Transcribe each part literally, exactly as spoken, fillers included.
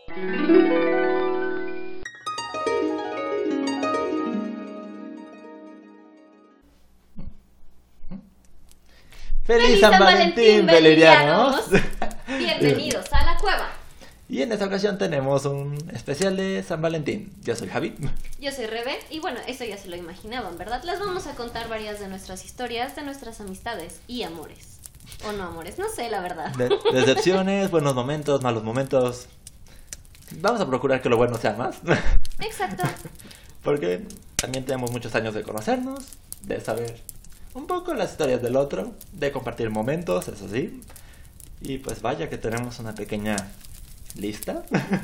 ¡Feliz San Valentín, Belerianos! Bienvenidos a la cueva. Y en esta ocasión tenemos un especial de San Valentín. Yo soy Javi. Yo soy Rebe. Y bueno, eso ya se lo imaginaban, ¿verdad? Les vamos a contar varias de nuestras historias, de nuestras amistades y amores. O no amores, no sé, la verdad. De- decepciones, buenos momentos, malos momentos. Vamos a procurar que lo bueno sea más. Exacto. Porque también tenemos muchos años de conocernos, de saber un poco las historias del otro, de compartir momentos, eso sí. Y pues vaya que tenemos una pequeña lista.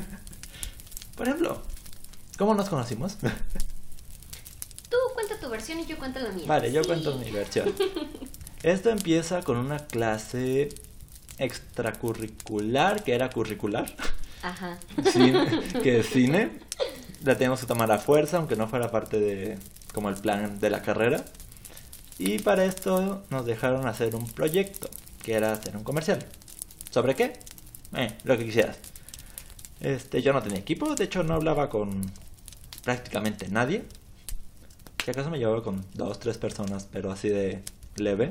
Por ejemplo, ¿cómo nos conocimos? Tú cuenta tu versión y yo cuento la mía. Vale, yo Sí. cuento mi versión. Esto empieza con una clase extracurricular, que era curricular, Ajá. cine, que es cine. La teníamos que tomar a fuerza, aunque no fuera parte de como el plan de la carrera. Y para esto nos dejaron hacer un proyecto, que era hacer un comercial. ¿Sobre qué? Eh, lo que quisieras. Este, yo no tenía equipo, de hecho no hablaba con prácticamente nadie. Si acaso me llevaba con dos, tres personas, pero así de leve.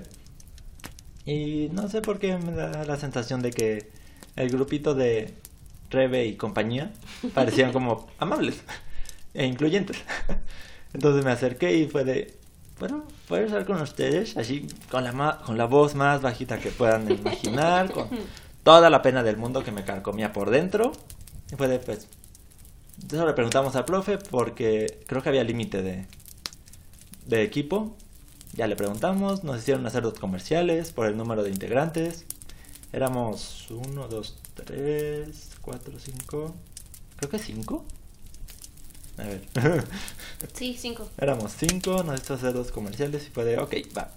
Y no sé por qué me da la sensación de que el grupito de Rebe y compañía parecían como amables e incluyentes. Entonces me acerqué y fue de, bueno, ¿puedo estar con ustedes? Así, con la, ma- con la voz más bajita que puedan imaginar, con toda la pena del mundo que me carcomía por dentro. Y fue de, pues, eso le preguntamos al profe porque creo que había límite de, de equipo. Ya le preguntamos, nos hicieron hacer dos comerciales por el número de integrantes. Éramos uno, dos, tres, cuatro, cinco, creo que cinco. A ver. Sí, cinco. Éramos cinco, nos hizo hacer dos comerciales y fue de, ok, va.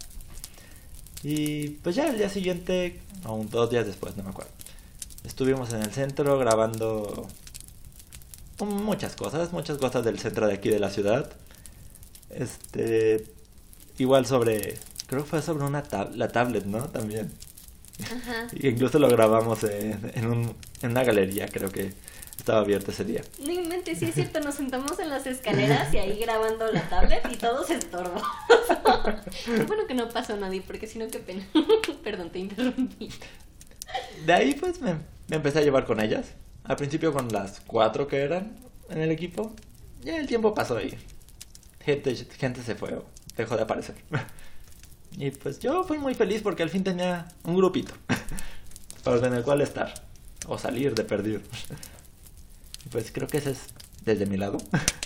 Y pues ya el día siguiente, o un, dos días después, no me acuerdo, estuvimos en el centro grabando muchas cosas, muchas cosas del centro de aquí de la ciudad. Este, igual sobre, creo que fue sobre una tab- la tablet, ¿no? También. Ajá. Y incluso lo grabamos en, en, un, en una galería, creo que estaba abierto ese día. No inventes, sí es cierto, nos sentamos en las escaleras y ahí grabando la tablet y todo se estorbó. Qué bueno que no pasó nadie, porque si no, qué pena. Perdón, te interrumpí. De ahí pues me, me empecé a llevar con ellas. Al principio con las cuatro que eran en el equipo. Ya el tiempo pasó y gente, gente se fue o dejó de aparecer. Y pues yo fui muy feliz porque al fin tenía un grupito para en el cual estar o salir de perdido. Y pues creo que ese es desde mi lado.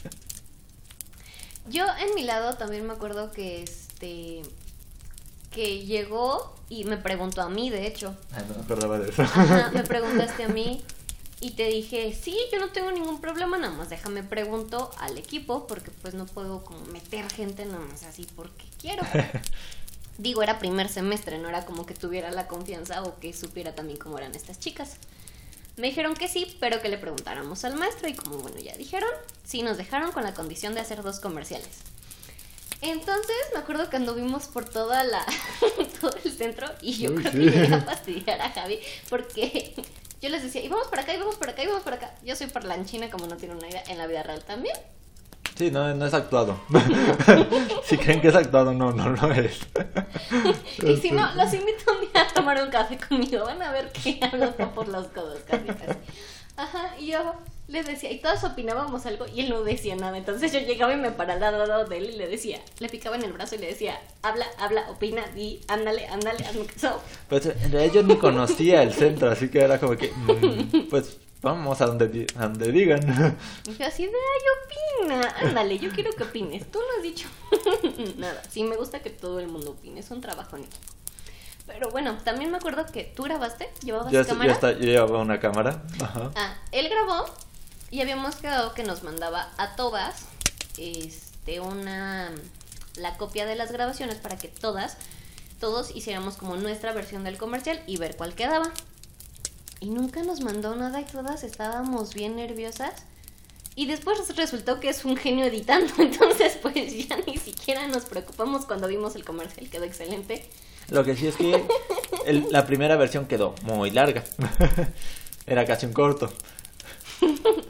Yo en mi lado también me acuerdo que este que llegó y me preguntó a mí, de hecho. Ay, no me acordaba de eso. Ajá, me preguntaste a mí y te dije, sí, yo no tengo ningún problema, nada más déjame pregunto al equipo porque pues no puedo como meter gente nada más así porque quiero. Digo, era primer semestre, no era como que tuviera la confianza o que supiera también cómo eran estas chicas. Me dijeron que sí, pero que le preguntáramos al maestro y como bueno, ya dijeron, sí nos dejaron con la condición de hacer dos comerciales. Entonces me acuerdo que anduvimos por toda la todo el centro y yo Uy, creo sí. que llegué a fastidiar a Javi porque yo les decía, y vamos por acá, y vamos por acá, y vamos por acá. Yo soy parlanchina, como no tiene una idea, en la vida real también. Sí, no, no es actuado. Si creen que es actuado, no, no lo es. Y si no, los invito un día a tomar un café conmigo. Van a ver que hablo por los codos, casi, casi. Ajá, y yo les decía, y todos opinábamos algo y él no decía nada. Entonces yo llegaba y me paraba al lado de él y le decía, le picaba en el brazo y le decía, habla, habla, opina, di, ándale, ándale, hazme caso. Pues en realidad yo ni conocía el centro, así que era como que, mm, pues vamos a donde, di- a donde digan. Y yo así de, ay, opina, ándale, yo quiero que opines. Tú no has dicho nada. Sí, me gusta que todo el mundo opine, es un trabajo en equipo. Pero bueno, también me acuerdo que tú grabaste, llevabas Yo, cámara. yo, está- yo llevaba una cámara. Ajá. Ah, él grabó y habíamos quedado que nos mandaba a todas este una la copia de las grabaciones para que todas todos hiciéramos como nuestra versión del comercial y ver cuál quedaba. Y nunca nos mandó nada y todas estábamos bien nerviosas. Y después resultó que es un genio editando, entonces pues ya ni siquiera nos preocupamos cuando vimos el comercial, quedó excelente. Lo que sí es que el- la primera versión quedó muy larga. Era casi un corto.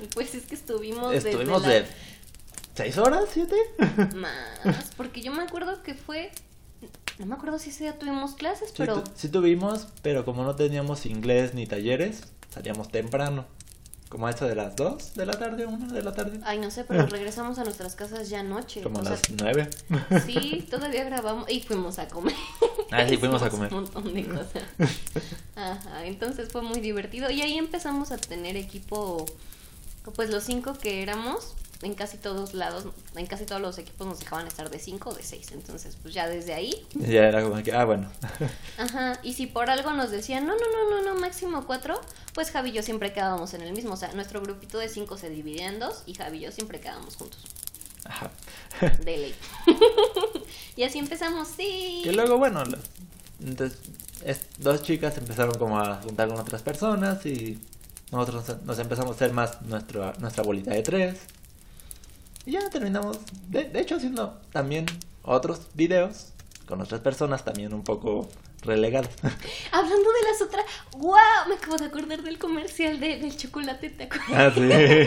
Pues es que estuvimos Estuvimos desde de seis horas, siete. Más, porque yo me acuerdo que fue... No me acuerdo si ese día tuvimos clases, Sí, pero... tu- sí tuvimos, pero como no teníamos inglés ni talleres, salíamos temprano. Como a eso de las dos de la tarde, una de la tarde. Ay, no sé, pero regresamos a nuestras casas ya anoche. Como a o sea, las nueve. sí, todavía grabamos y fuimos a comer. Ah, sí, fuimos a Hicimos comer. Un montón de cosas. Ajá, entonces fue muy divertido. Y ahí empezamos a tener equipo, pues los cinco que éramos, en casi todos lados, en casi todos los equipos nos dejaban estar de cinco o de seis. Entonces, pues ya desde ahí. Ya era como que, ah, bueno. Ajá, y si por algo nos decían, no, no, no, no, no, máximo cuatro, pues Javi y yo siempre quedábamos en el mismo. O sea, nuestro grupito de cinco se dividía en dos y Javi y yo siempre quedábamos juntos. Ajá. De ley. Y así empezamos, sí. Que luego, bueno, la- entonces, es- dos chicas empezaron como a juntar con otras personas y nosotros nos, nos empezamos a hacer más nuestra, nuestra bolita de tres. Y ya terminamos, de, de hecho, haciendo también otros videos con otras personas también un poco relegadas. Hablando de las otras, wow, me acabo de acordar del comercial de, del chocolate, ¿te acuerdas? Ah, sí.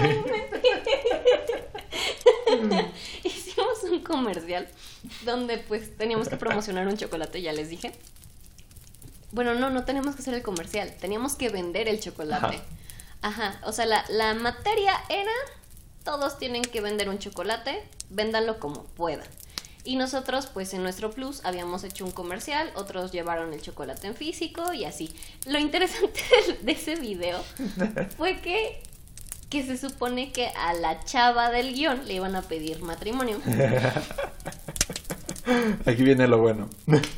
Hicimos un comercial donde pues teníamos que promocionar un chocolate, ya les dije. Bueno, no, no teníamos que hacer el comercial, teníamos que vender el chocolate. Ajá, Ajá. O sea, la, la materia era, todos tienen que vender un chocolate, véndanlo como puedan. Y nosotros, pues en nuestro plus, habíamos hecho un comercial, otros llevaron el chocolate en físico y así. Lo interesante de, de ese video fue que, que se supone que a la chava del guión le iban a pedir matrimonio. Aquí viene lo bueno.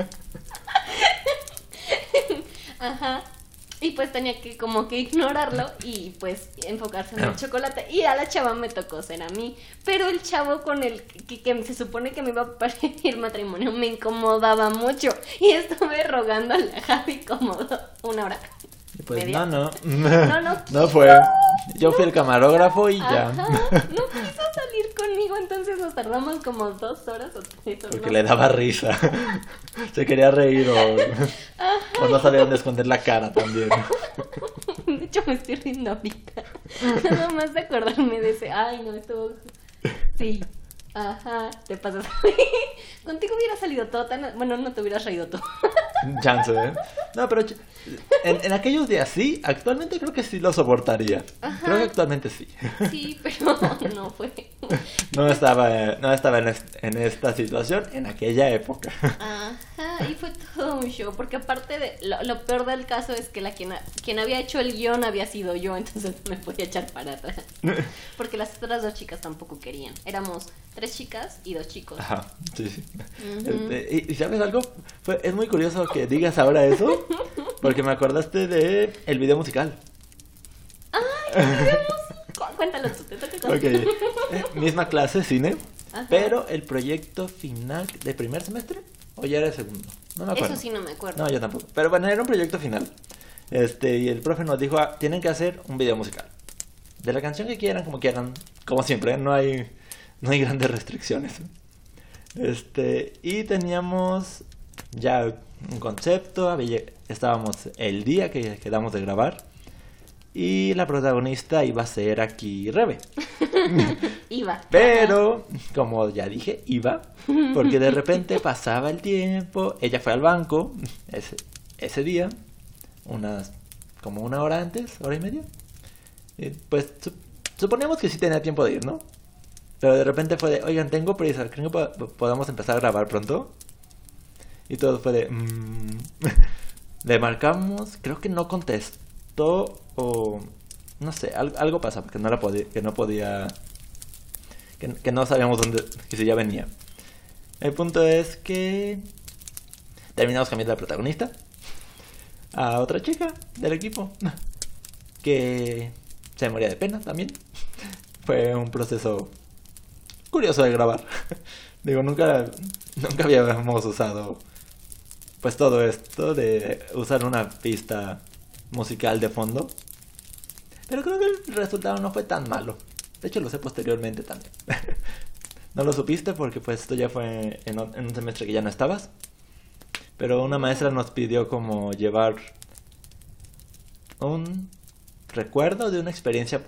Ajá. Y pues tenía que como que ignorarlo y pues enfocarse en el chocolate. Y a la chava me tocó ser a mí. Pero el chavo con el que, que se supone que me iba a pedir matrimonio me incomodaba mucho. Y estuve rogándole a Javi como una hora. Y pues media. no, no. No, no No fue. Yo fui el camarógrafo y ya. Ajá. No quiso salir conmigo, entonces nos tardamos como dos horas o tres horas. Porque le daba risa. Se quería reír o, o no sabía dónde esconder la cara también. De hecho, me estoy riendo ahorita. Nada más de acordarme de ese. Ay, no, estuvo. Sí. Ajá, te pasas. Contigo hubiera salido todo tan. Bueno, no te hubieras reído todo. Chance, ¿eh? No, pero ch- en, en aquellos días sí, actualmente creo que sí lo soportaría. Ajá. Creo que actualmente sí. Sí, pero no fue. No estaba, eh, no estaba en, est- en esta situación en aquella época. Ajá, y fue todo un show, porque aparte de, lo, lo peor del caso es que la quien, ha- quien había hecho el guión había sido yo, entonces me podía echar para atrás, porque las otras dos chicas tampoco querían, éramos tres chicas y dos chicos. Ajá, sí, sí. Ujú. Este, y, y ¿sabes algo? Fue, es muy curioso que digas ahora eso, porque me acordaste de el video musical. Cu- Cuéntalo tú, te toca Ok, contar. eh, misma clase, cine, Ajá. pero el proyecto final de primer semestre, o ya era el segundo, no me acuerdo. Eso sí no me acuerdo. No, yo tampoco, pero bueno, era un proyecto final. Este, y el profe nos dijo, ah, tienen que hacer un video musical. De la canción que quieran, como quieran, como siempre, ¿eh? no hay, no hay grandes restricciones. Este, y teníamos ya un concepto, había- estábamos el día que quedamos de grabar. Y la protagonista iba a ser aquí Rebe. Iba. Pero, como ya dije, iba. Porque de repente pasaba el tiempo. Ella fue al banco ese, ese día. Unas, como una hora antes, hora y media. Y pues su- suponíamos que sí tenía tiempo de ir, ¿no? Pero de repente fue de, oigan, tengo prisa. ¿Creen que po- podamos empezar a grabar pronto? Y todo fue de... mm. Le marcamos, creo que no contestó o... No sé, al- algo pasa, porque no la podía, que no podía... Que, que no sabíamos dónde, que si ya venía. El punto es que... Terminamos cambiando de protagonista a otra chica del equipo. Que se moría de pena también. Fue un proceso curioso de grabar. Digo, nunca, nunca habíamos usado pues todo esto de usar una pista musical de fondo. Pero creo que el resultado no fue tan malo. De hecho, lo sé posteriormente también. No lo supiste porque pues esto ya fue en, o- en un semestre que ya no estabas. Pero una maestra nos pidió como llevar un recuerdo de una experiencia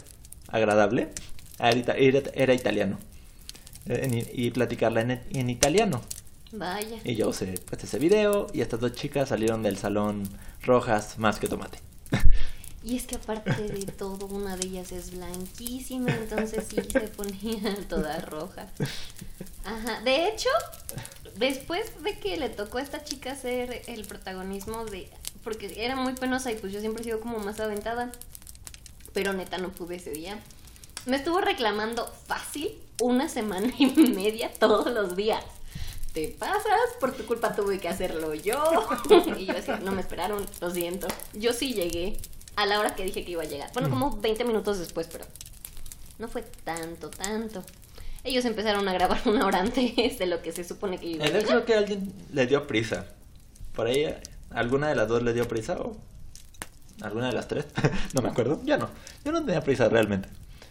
agradable era, era, era italiano. En, y platicarla en, en italiano. Vaya. Y yo usé pues, ese video y estas dos chicas salieron del salón rojas más que tomate. Y es que aparte de todo, una de ellas es blanquísima, entonces sí se ponía toda roja. Ajá. De hecho, después de que le tocó a esta chica hacer el protagonismo de... Porque era muy penosa y pues yo siempre he sido como más aventada. Pero neta no pude ese día. Me estuvo reclamando fácil una semana y media todos los días. Te pasas, por tu culpa tuve que hacerlo yo. Y yo decía, no me esperaron, lo siento. Yo sí llegué a la hora que dije que iba a llegar. Bueno, como veinte minutos después, pero no fue tanto, tanto. Ellos empezaron a grabar una hora antes de lo que se supone que iba a llegar. Yo creo que alguien le dio prisa. Por ahí, ¿alguna de las dos le dio prisa o alguna de las tres? No me acuerdo. Yo no. Yo no tenía prisa realmente.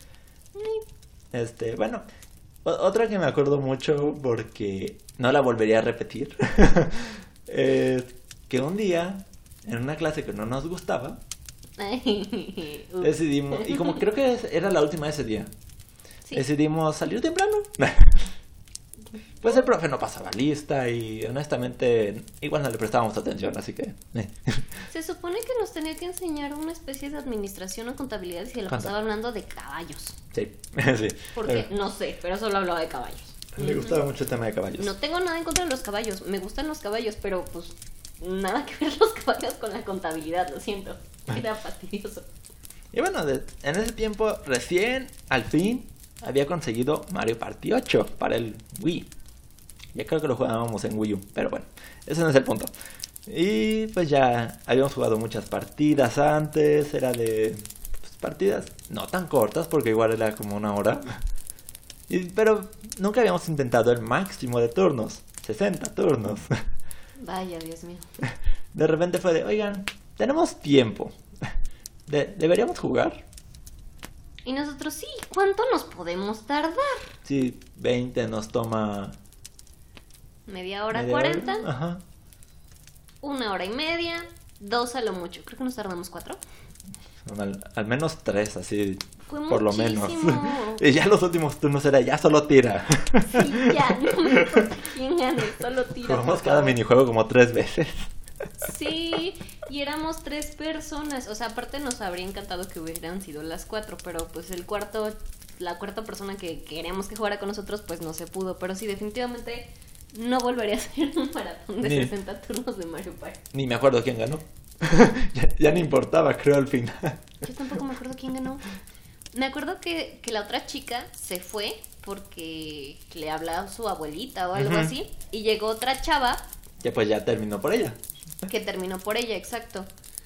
Este, bueno, otra que me acuerdo mucho porque no la volvería a repetir. Es que un día, en una clase que no nos gustaba, decidimos, y como creo que era la última de ese día, ¿sí? Decidimos salir temprano. Pues el profe no pasaba lista y honestamente igual no le prestábamos atención, así que... Se supone que nos tenía que enseñar una especie de administración o contabilidad y se lo pasaba hablando de caballos. Sí, sí. Porque, pero... no sé, pero solo hablaba de caballos. Me gustaba mucho el tema de caballos. No tengo nada en contra de los caballos, me gustan los caballos, pero pues nada que ver los caballos con la contabilidad, lo siento. Era fastidioso. Y bueno, de, en ese tiempo recién, al fin, había conseguido Mario Party ocho para el Wii. Ya creo que lo jugábamos en Wii U, pero bueno, ese no es el punto. Y pues ya habíamos jugado muchas partidas antes, era de pues, partidas no tan cortas porque igual era como una hora. Y, pero nunca habíamos intentado el máximo de turnos, sesenta turnos. Vaya, Dios mío. De repente fue de, oigan, tenemos tiempo, de, ¿deberíamos jugar? Y nosotros, sí, ¿cuánto nos podemos tardar? Sí, veinte nos toma... Media hora, media cuarenta. Hora. Ajá. Una hora y media, dos a lo mucho. Creo que nos tardamos cuatro. Al, al menos tres, así, fue por muchísimo. lo menos. Y ya los últimos turnos era, ya solo tira. Sí, ya, no me importa quién gane, solo tira. Jugamos cada minijuego como tres veces. Sí, y éramos tres personas. O sea, aparte nos habría encantado que hubieran sido las cuatro, pero pues el cuarto, la cuarta persona que queríamos que jugara con nosotros, pues no se pudo. Pero sí, definitivamente no volvería a hacer un maratón de ni, sesenta turnos de Mario Party. Ni me acuerdo quién ganó. ya, ya no importaba, creo, al final. Yo tampoco me acuerdo quién ganó. Me acuerdo que, que la otra chica se fue porque le hablaba su abuelita o algo uh-huh. así. Y llegó otra chava. Ya pues ya terminó por ella. Que terminó por ella, exacto.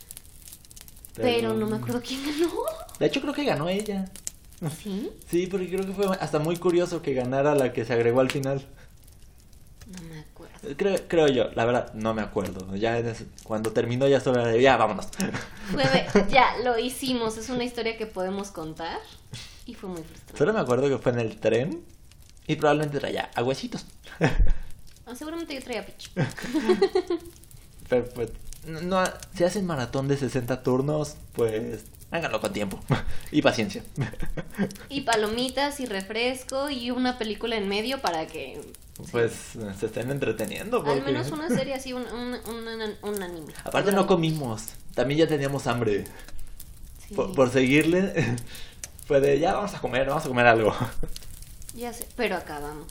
Pero, Pero no me acuerdo quién ganó. De hecho creo que ganó ella. ¿Sí? Sí, porque creo que fue hasta muy curioso que ganara la que se agregó al final. No me acuerdo. Creo, creo yo, la verdad, no me acuerdo. Ya ese, cuando terminó ya solo era de, ya, vámonos. Fue, ya, lo hicimos. Es una historia que podemos contar. Y fue muy frustrante. Solo me acuerdo que fue en el tren. Y probablemente traía agüecitos. Ah, seguramente yo traía Peach. Pero pues, no, si hacen maratón de sesenta turnos, pues háganlo con tiempo. Y paciencia. Y palomitas y refresco y una película en medio para que... Pues sí, se estén entreteniendo. Porque... Al menos una serie así, un, un, un, un anime. Aparte no comimos, también ya teníamos hambre. Sí. Por, por seguirle, fue de ya vamos a comer, vamos a comer algo. Ya sé, pero acabamos.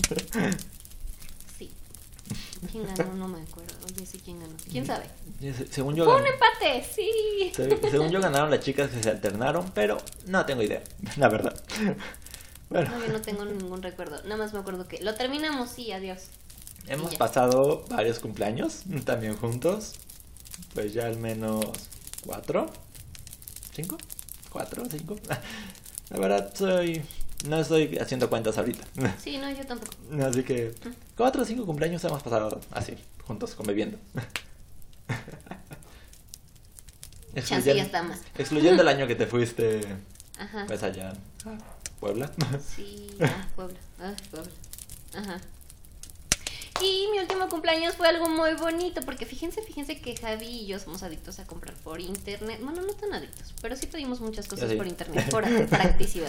Sí. ¿Quién ganó? No me acuerdo. Oye, sí, ¿quién ganó? ¿Quién sabe? Según yo ¡Fue gan... un empate! ¡Sí! Se, según yo ganaron las chicas que se alternaron, pero no tengo idea, la verdad. Bueno. No, yo no tengo ningún recuerdo. Nada más me acuerdo que lo terminamos, sí, adiós. Hemos pasado varios cumpleaños también juntos. Pues ya al menos cuatro. ¿Cinco? ¿Cuatro? ¿Cinco? La verdad soy... No estoy haciendo cuentas ahorita. Sí, no, yo tampoco. Así que cuatro o cinco cumpleaños hemos pasado así, juntos, conviviendo. Chance ya está más. Excluyendo el año que te fuiste. Ajá. Pues allá. Puebla. Sí, ah, Puebla. Ah, Puebla. Ajá. Y mi último cumpleaños fue algo muy bonito, porque fíjense, fíjense que Javi y yo somos adictos a comprar por internet. Bueno, no tan adictos, pero sí pedimos muchas cosas sí. por internet, por practicidad.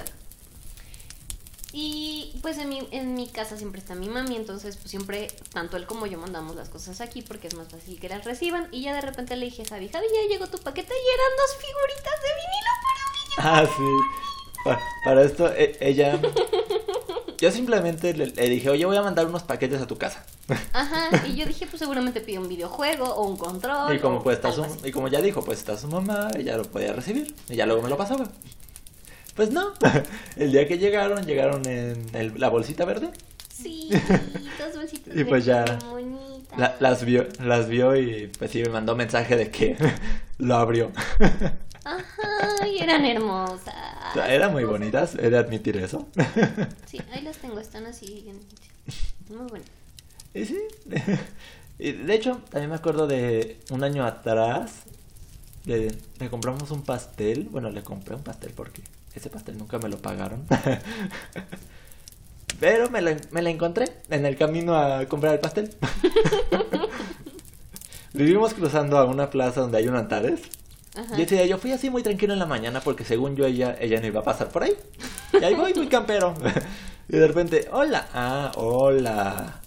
Y pues en mi, en mi casa siempre está mi mami, entonces pues siempre, tanto él como yo mandamos las cosas aquí porque es más fácil que las reciban. Y ya de repente le dije a Javi, Javi, ya llegó tu paquete y eran dos figuritas de vinilo para mí. Ah, sí. Pa- para esto, e- ella... Yo simplemente le, le dije, oye, voy a mandar unos paquetes a tu casa. Ajá, y yo dije, pues seguramente pide un videojuego o un control. Y como, o pues, está algo su, así. y como ya dijo, pues está su mamá, ella lo podía recibir. Y ya luego me lo pasaba. Pues no, el día que llegaron, llegaron en el- la bolsita verde. Sí, dos bolsitas Y pues ya verdes bien bonitas. la- las vio, las vio y pues sí me mandó mensaje de que lo abrió. Ajá, y eran hermosas. O sea, eran muy bonitas, he de admitir eso. Sí, ahí las tengo, están así bien- muy bonitas. Y sí, y de hecho, también me acuerdo de un año atrás, le, le compramos un pastel. Bueno, le compré un pastel porque ese pastel nunca me lo pagaron. Pero me la, me la encontré en el camino a comprar el pastel. Vivimos cruzando a una plaza donde hay un Antares. Ajá. Y ese día yo fui así muy tranquilo en la mañana porque según yo ella, ella no iba a pasar por ahí. Y ahí voy muy campero. Y de repente, hola, ah, hola.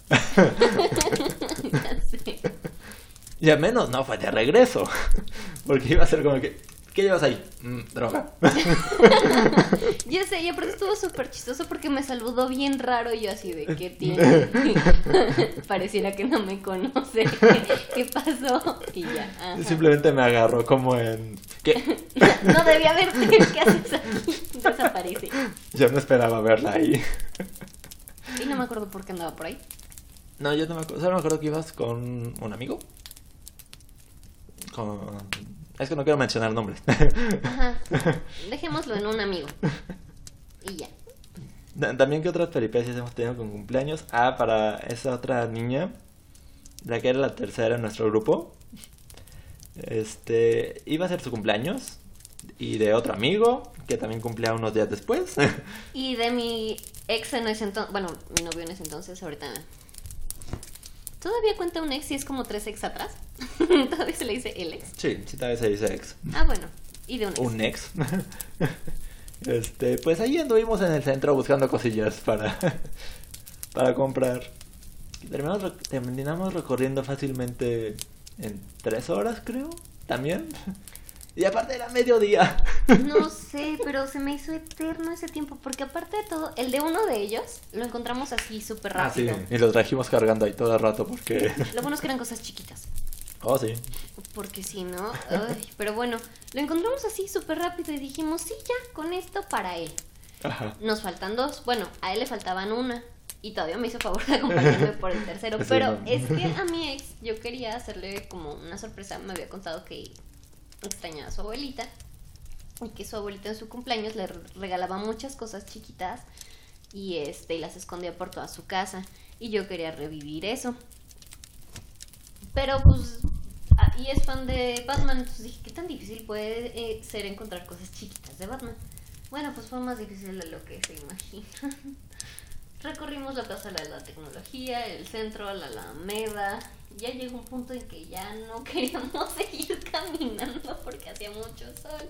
Ya sé. Y al menos no fue de regreso. Porque iba a ser como que, ¿qué llevas ahí? Mm, droga. Ya sé, y aparte estuvo súper chistoso porque me saludó bien raro y yo así de, ¿qué tiene? Pareciera que no me conoce. ¿Qué pasó? Y ya, ajá. Simplemente me agarró como en... ¿Qué? No debía verte, ¿qué haces aquí? Desaparece. Yo no esperaba verla ahí. Y no me acuerdo por qué andaba por ahí. No, yo no me acuerdo. Solo me acuerdo que ibas con un amigo. Con... Es que no quiero mencionar nombres. Ajá. Dejémoslo en un amigo. Y ya. También que otras peripecias hemos tenido con cumpleaños. Ah, para esa otra niña, la que era la tercera en nuestro grupo. Este, iba a ser su cumpleaños. Y de otro amigo, que también cumplía unos días después. Y de mi ex en ese entonces, bueno, mi novio en ese entonces, ahorita... ¿Todavía cuenta un ex si es como tres ex atrás? ¿Todavía se le dice el ex? Sí, sí, todavía se dice ex. Ah, bueno. Y de un ex. Un ex. Este, pues ahí anduvimos en el centro buscando cosillas para, para comprar. Terminamos, rec- terminamos recorriendo fácilmente en tres horas, creo, también. Y aparte era mediodía. No sé, pero se me hizo eterno ese tiempo, porque aparte de todo, el de uno de ellos lo encontramos así súper Ah, sí, rápido. y lo trajimos cargando ahí todo el rato porque... Lo bueno es que eran cosas chiquitas, Oh, sí. porque si no, ay, pero bueno, lo encontramos así súper rápido y dijimos, sí, ya, con esto para él. Ajá. Nos faltan dos, bueno, a él le faltaban una. Y todavía me hizo favor de acompañarme por el tercero. Sí, Pero no. es que a mi ex yo quería hacerle como una sorpresa. Me había contado que extrañaba a su abuelita y que su abuelita en su cumpleaños le regalaba muchas cosas chiquitas y este y las escondía por toda su casa. Y yo quería revivir eso. Pero pues... ah, y es fan de Batman, entonces dije, ¿qué tan difícil puede eh, ser encontrar cosas chiquitas de Batman? Bueno, pues fue más difícil de lo que se imagina. Recorrimos la Plaza de la Tecnología, el centro, la Alameda. Ya llegó un punto en que ya no queríamos seguir caminando porque hacía mucho sol.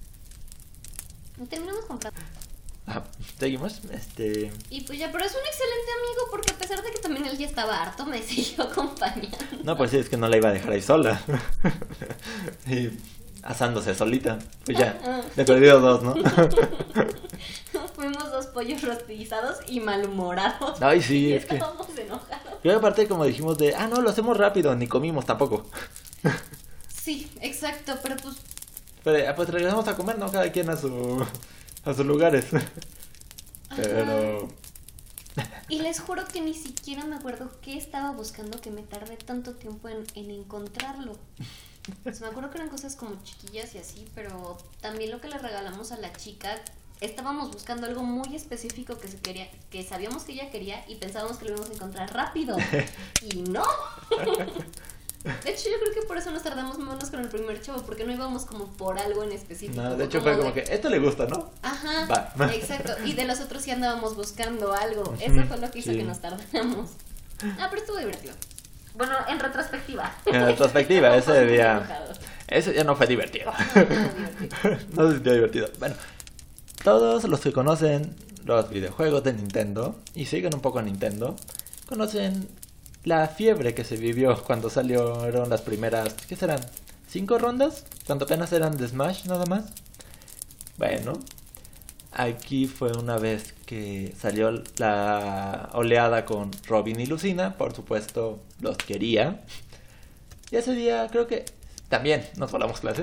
Y terminamos comprando. Ah, seguimos, este... Y pues ya, pero es un excelente amigo porque a pesar de que también él ya estaba harto, me siguió acompañando. No, pues sí, es que no la iba a dejar ahí sola. Y asándose solita. Pues ya, le he perdido dos, ¿no? Fuimos dos pollos rostizados y malhumorados. Ay, sí, y es que... estábamos enojados. Y aparte como dijimos de, ah, no, lo hacemos rápido, ni comimos tampoco. Sí, exacto, pero pues... Pero, ah, pues regresamos a comer, ¿no? Cada quien a su... a sus lugares. Pero... Y les juro que ni siquiera me acuerdo qué estaba buscando que me tardé tanto tiempo en, en encontrarlo. Pues me acuerdo que eran cosas como chiquillas y así, pero también lo que le regalamos a la chica, estábamos buscando algo muy específico que se quería, que sabíamos que ella quería y pensábamos que lo íbamos a encontrar rápido. Y no. De hecho, yo creo que por eso nos tardamos menos con el primer chavo, porque no íbamos como por algo en específico. No, de hecho fue como que, esto le gusta, ¿no? Ajá, Va. exacto. Y de los otros sí andábamos buscando algo. Eso fue lo que hizo Sí. que nos tardáramos. Ah, pero estuvo divertido. Bueno, en retrospectiva. En retrospectiva, ese Estamos día... enojados. Ese día no fue divertido. No, no es divertido. No se sintió divertido. Bueno, todos los que conocen los videojuegos de Nintendo y siguen un poco a Nintendo, conocen la fiebre que se vivió cuando salieron las primeras, ¿qué serán? ¿Cinco rondas? Cuando apenas eran de Smash nada más. Bueno, aquí fue una vez que salió la oleada con Robin y Lucina, por supuesto los quería. Y ese día creo que también nos volamos clase.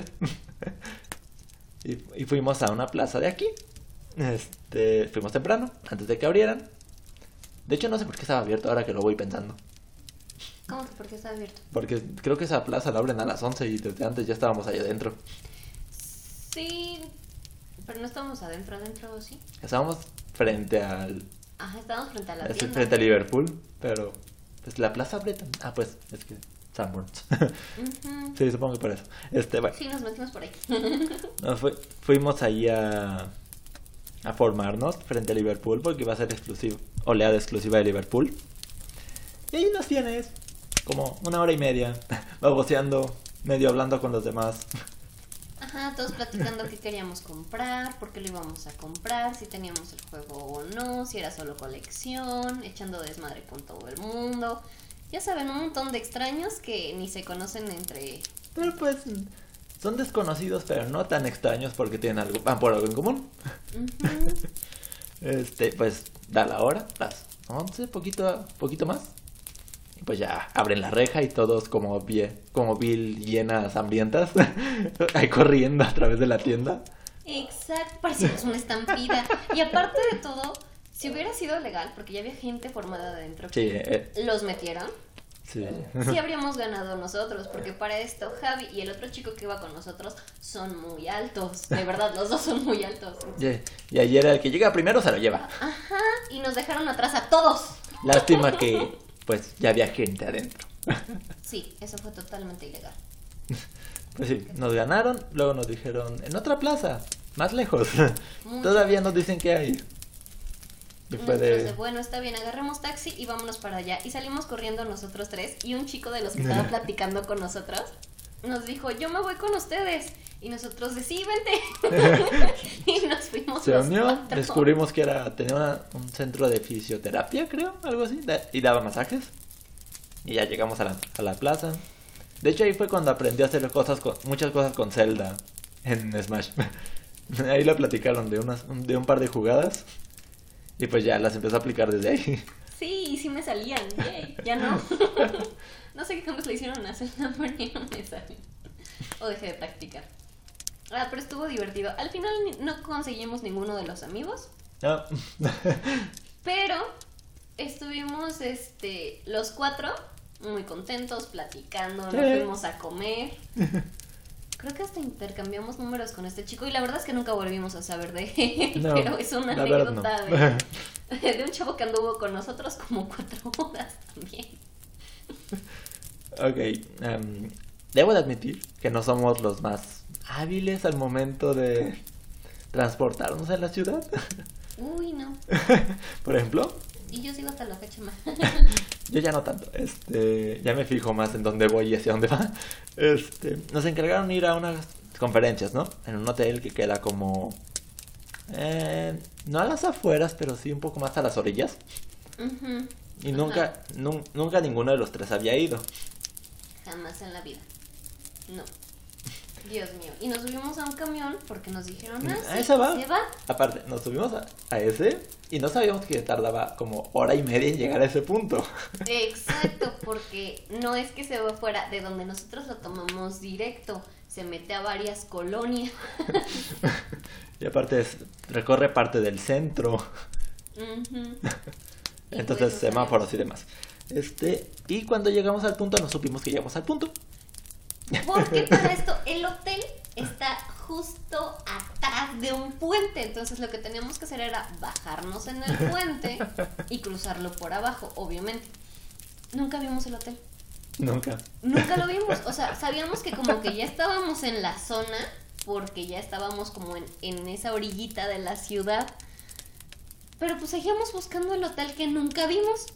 y, y fuimos a una plaza de aquí. Este, fuimos temprano, antes de que abrieran. De hecho no sé por qué estaba abierto ahora que lo voy pensando. ¿Cómo que por qué está abierto? Porque creo que esa plaza la abren a las once y desde antes ya estábamos allá adentro. Sí, pero no estábamos adentro, adentro, ¿sí? Estábamos frente al... Ajá, estábamos frente a la es tienda. frente a Liverpool, pero... Pues la plaza abre tam- Ah, pues, es que... Sanborns. Ujú. Sí, supongo que por eso. Este, bueno. Sí, nos metimos por ahí. Nos fu- fuimos ahí a... A formarnos frente a Liverpool porque iba a ser exclusivo. Oleada exclusiva de Liverpool. Y ahí nos tienes. Como una hora y media. Baboseando, medio hablando con los demás. Ajá, todos platicando qué queríamos comprar, por qué lo íbamos a comprar, si teníamos el juego o no, si era solo colección, echando desmadre con todo el mundo. Ya saben, un montón de extraños que ni se conocen entre... Pero pues... Son desconocidos, pero no tan extraños porque tienen algo... Van por algo en común. Ujú. Este, pues... Da la hora. Las once, poquito, poquito más. Y pues ya abren la reja y todos como bien, como vil llenas hambrientas. Ahí corriendo a través de la tienda. Exacto, parecíamos una estampida. Y aparte de todo, si hubiera sido legal, porque ya había gente formada adentro Sí, que eh, los metieron, sí. sí habríamos ganado nosotros, porque para esto Javi y el otro chico que iba con nosotros son muy altos. De verdad, los dos son muy altos. Y, y ayer el que llega primero se lo lleva. Ajá, y nos dejaron atrás a todos. Lástima que pues ya había gente adentro. Sí, eso fue totalmente ilegal. Pues sí, nos ganaron, luego nos dijeron en otra plaza, más lejos. Mucho. Todavía nos dicen que hay. Y fue Nosotros de, de... bueno, está bien, agarremos taxi y vámonos para allá. Y salimos corriendo nosotros tres. Y un chico de los que estaba platicando con nosotros nos dijo, yo me voy con ustedes. Y nosotros de sí, vente. Y nos fuimos Se los unió, cuatro. descubrimos que era tenía una- un centro de fisioterapia, creo, algo así, da- y daba masajes. Y ya llegamos a la, a la plaza. De hecho ahí fue cuando aprendí a hacer cosas con, muchas cosas con Zelda en Smash. Ahí lo platicaron de unas de un par de jugadas y pues ya las empezó a aplicar desde ahí. Sí, y sí me salían. Yay, ya no. No sé qué cambios le hicieron a Zelda, pero ya no me salen. O dejé de practicar. Ah, pero estuvo divertido. Al final ni- no conseguimos ninguno de los amigos. No. Pero estuvimos este los cuatro muy contentos, platicando, nos Sí. fuimos a comer. Creo que hasta intercambiamos números con este chico y la verdad es que nunca volvimos a saber de él. No, pero es una la verdad no. anécdota de, de un chavo que anduvo con nosotros como cuatro horas también. Ok, em, debo de admitir que no somos los más hábiles al momento de transportarnos en la ciudad. Uy, no. Por ejemplo, Y yo sigo hasta la fecha más. yo ya no tanto, este, ya me fijo más en dónde voy y hacia dónde va. Este, nos encargaron ir a unas conferencias, ¿no? En un hotel que queda como, eh, no a las afueras, pero sí un poco más a las orillas. Ujú. Y nunca, nun- nunca ninguno de los tres había ido. Jamás en la vida. No. Dios mío. Y nos subimos a un camión porque nos dijeron, ah, ¿A sí, ese va? se va. Aparte, nos subimos a, a ese y no sabíamos que tardaba como hora y media en llegar a ese punto. Exacto, porque no es que se va fuera de donde nosotros lo tomamos directo, se mete a varias colonias. Y aparte es- recorre parte del centro. Ujú. Y Entonces pues, semáforos y demás. Este, y cuando llegamos al punto no supimos que llegamos al punto. Porque para esto el hotel está justo atrás de un puente, entonces lo que teníamos que hacer era bajarnos en el puente y cruzarlo por abajo, obviamente. Nunca vimos el hotel. Nunca. Nunca lo vimos, o sea, sabíamos que como que ya estábamos en la zona, porque ya estábamos como en, en esa orillita de la ciudad, pero pues seguíamos buscando el hotel que nunca vimos.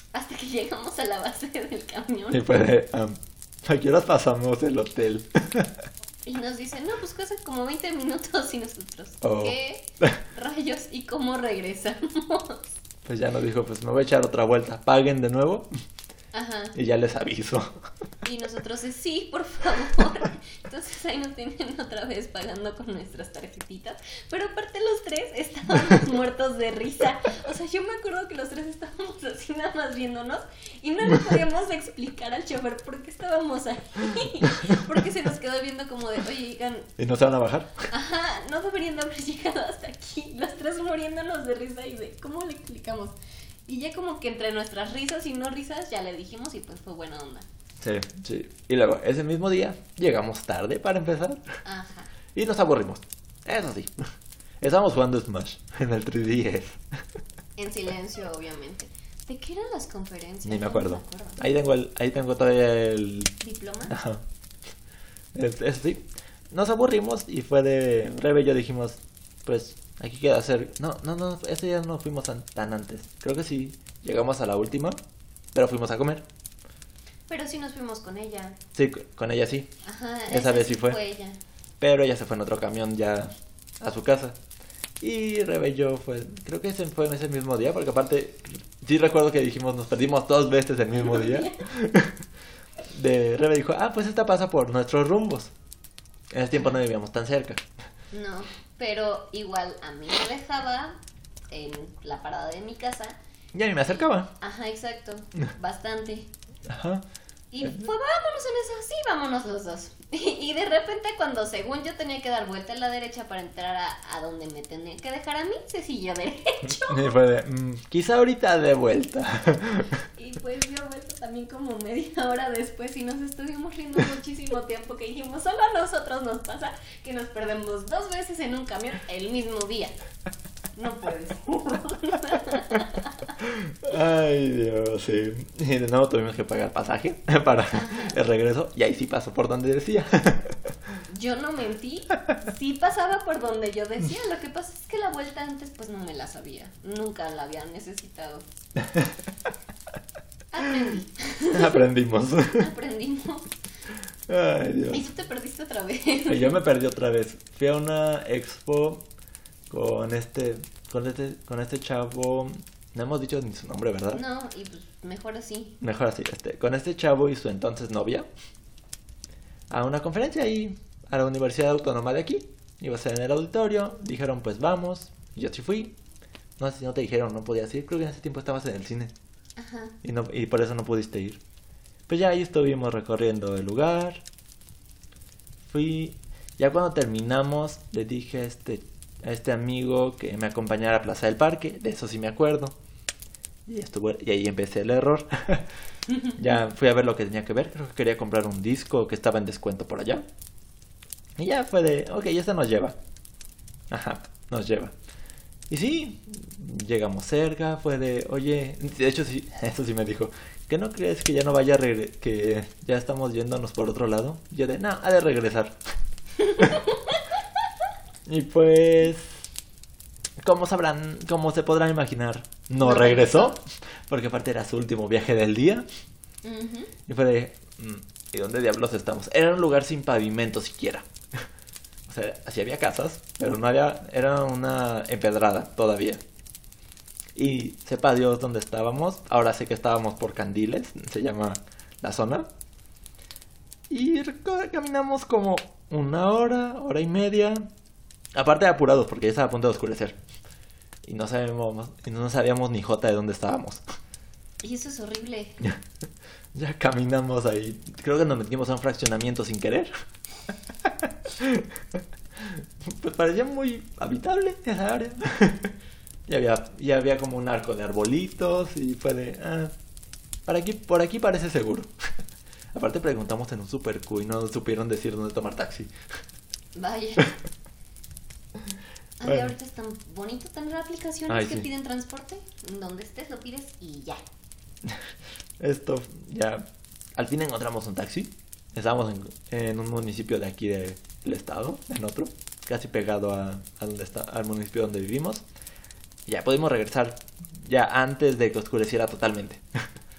hasta que llegamos a la base del camión. Y fue de, um, ¿a qué horas pasamos el hotel? Y nos dicen, no, pues casi como veinte minutos y nosotros, Oh. ¿qué rayos? ¿Y cómo regresamos? Pues ya nos dijo, pues me voy a echar otra vuelta, paguen de nuevo Ajá. y ya les aviso. Y nosotros, sí, por favor. Entonces ahí nos tienen otra vez pagando con nuestras tarjetitas. Pero aparte los tres estábamos muertos de risa. O sea, yo me acuerdo que los tres estábamos así nada más viéndonos y no le podíamos explicar al chofer por qué estábamos ahí. Porque se nos quedó viendo como de, oye, digan, ¿Y no se van a bajar? ajá, no deberían de haber llegado hasta aquí. Los tres muriéndonos de risa y de, ¿cómo le explicamos? Y ya como que entre nuestras risas y no risas ya le dijimos y pues fue buena onda. Sí, sí. Y luego, ese mismo día, llegamos tarde para empezar. Ajá. Y nos aburrimos. Eso sí. Estábamos jugando Smash en el tres D S. En silencio, obviamente. ¿De qué eran las conferencias? Ni me No acuerdo. acuerdo. Ahí tengo el, ahí tengo todavía el... ¿Diploma? Ajá. Es- Eso sí. Nos aburrimos y fue de... Rebe y yo dijimos, pues, aquí queda hacer... No, no, no, ese día no fuimos tan, tan antes. Creo que sí. Llegamos a la última, pero fuimos a comer. Pero sí nos fuimos con ella. Sí, con ella sí. Ajá. Esa vez sí fue. ella. Pero ella se fue en otro camión ya a su casa. Y Rebe y yo fue... Creo que ese fue en ese mismo día, porque aparte... Sí recuerdo que dijimos, nos perdimos dos veces el mismo día. De Rebe dijo, ah, pues esta pasa por nuestros rumbos. En ese tiempo no vivíamos tan cerca. No, pero igual a mí me dejaba en la parada de mi casa. Y a mí me acercaba. Ajá, exacto. Bastante. Ajá. Y fue, vámonos en eso, sí, vámonos los dos. Y de repente cuando según yo tenía que dar vuelta a la derecha para entrar a, a donde me tenían que dejar a mí, se siguió derecho. Y fue de, "Mm, quizá ahorita de vuelta". Y pues dio vuelta también como media hora después y nos estuvimos riendo muchísimo tiempo que dijimos, solo a nosotros nos pasa que nos perdemos dos veces en un camión el mismo día. No puede ser. Ay, Dios, sí. Y de nuevo tuvimos que pagar pasaje para el regreso. Y ahí sí pasó por donde decía. Yo no mentí, sí pasaba por donde yo decía. Lo que pasa es que la vuelta antes pues no me la sabía. Nunca la había necesitado. Aprendí. Aprendimos. Aprendimos. Ay, Y Dios. tú te perdiste otra vez. Y yo me perdí otra vez. Fui a una expo con este, con este, con este chavo. No hemos dicho ni su nombre, ¿verdad? No, y pues mejor así. Mejor así, este, con este chavo y su entonces novia. A una conferencia ahí, a la Universidad Autónoma de aquí. Iba a ser en el auditorio. Dijeron, pues vamos. Y yo sí fui. No sé si no te dijeron, no podías ir. Creo que en ese tiempo estabas en el cine. Ajá. Y, no, y por eso no pudiste ir. Pues ya ahí estuvimos recorriendo el lugar. Fui. Ya cuando terminamos, le dije a este, a este amigo que me acompañara a Plaza del Parque. De eso sí me acuerdo. Y, estuvo, y ahí empecé el error. Ya fui a ver lo que tenía que ver. Creo que quería comprar un disco que estaba en descuento por allá. Y ya fue de, ok, este nos lleva. Ajá, nos lleva. Y sí, llegamos cerca, fue de, oye, de hecho sí, eso sí me dijo, ¿qué no crees que ya no vaya a regre que ya estamos yéndonos por otro lado? Y yo de, no, ha de regresar. Y pues, como sabrán, como se podrán imaginar, no, No regresó, regresó. porque aparte era su último viaje del día. Ujú. Y fue de, mm, ¿y dónde diablos estamos? Era un lugar sin pavimento siquiera. O sea, sí había casas, pero no había, era una empedrada todavía. Y sepa Dios dónde estábamos. Ahora sé que estábamos por Candiles, se llama la zona. Y reco- caminamos como una hora, hora y media. Aparte de apurados, porque ya estaba a punto de oscurecer. Y no sabíamos, y no sabíamos ni jota de dónde estábamos. Y eso es horrible. Ya caminamos ahí. Creo que nos metimos a un fraccionamiento sin querer. Pues parecía muy habitable esa área. Y había, y había como un arco de arbolitos. Y fue de, ah, por aquí, por aquí parece seguro. Aparte preguntamos en un super Q y no supieron decir dónde tomar taxi. Vaya. Ay, Bueno. ahorita es tan bonito tener aplicaciones Ay, que sí. piden transporte. Donde estés lo pides y ya. Esto ya. Al fin encontramos un taxi. Estábamos en, en un municipio de aquí de- del estado, en otro, casi pegado a, a donde está, al municipio donde vivimos. Y ya pudimos regresar ya antes de que oscureciera totalmente.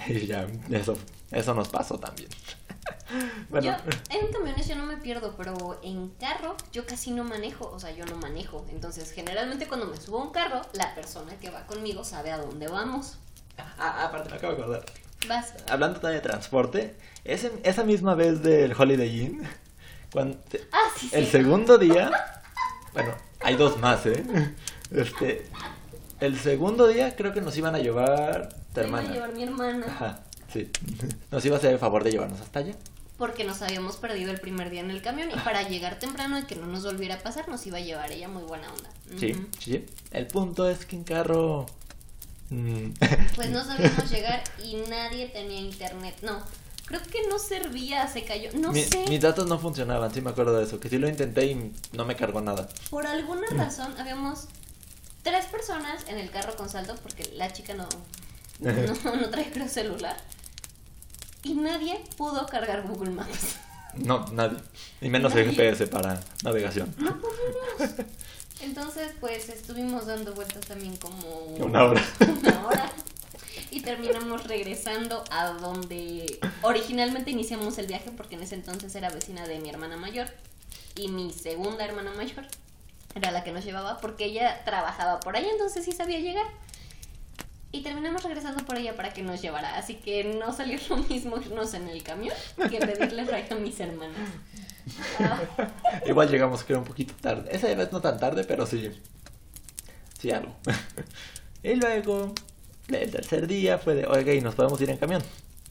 Y ya, eso, eso nos pasó también. Bueno. Yo en camiones yo no me pierdo, pero en carro yo casi no manejo, o sea, yo no manejo. Entonces, generalmente cuando me subo a un carro, la persona que va conmigo sabe a dónde vamos. Ah, aparte me acabo de acordar. Vas. Hablando todavía de transporte, ese, esa misma vez del Holiday Inn, cuando te- Ah, sí, sí. el segundo día, bueno, hay dos más, ¿eh? Este, el segundo día creo que nos iban a llevar tu Me iba a hermana. llevar mi hermana. Ajá, sí. Nos iba a hacer el favor de llevarnos hasta allá. Porque nos habíamos perdido el primer día en el camión y para llegar temprano y que no nos volviera a pasar nos iba a llevar ella, muy buena onda. Sí, Ujú. sí. El punto es que en carro... mm, Pues no sabíamos llegar y nadie tenía internet. No, creo que no servía, se cayó. No mi- sé, mis datos no funcionaban, sí me acuerdo de eso. Que sí lo intenté y no me cargó nada. por alguna razón habíamos tres personas en el carro con saldo porque la chica no, no, no trae creo celular. Y nadie pudo cargar Google Maps. No, nadie. Y menos el Nadie. G P S para navegación. No pudimos. Entonces, pues estuvimos dando vueltas también como Una hora. una hora. Y terminamos regresando a donde originalmente iniciamos el viaje, porque en ese entonces era vecina de mi hermana mayor. Y mi segunda hermana mayor era la que nos llevaba, porque ella trabajaba por allá, entonces sí sabía llegar. Y terminamos regresando por ella para que nos llevara. Así que no salió lo mismo irnos en el camión que pedirle ride a mis hermanas. Ah. Igual llegamos creo un poquito tarde. Esa vez no tan tarde, pero sí. Sí algo. Y luego, el tercer día fue de, oiga, y nos podemos ir en camión.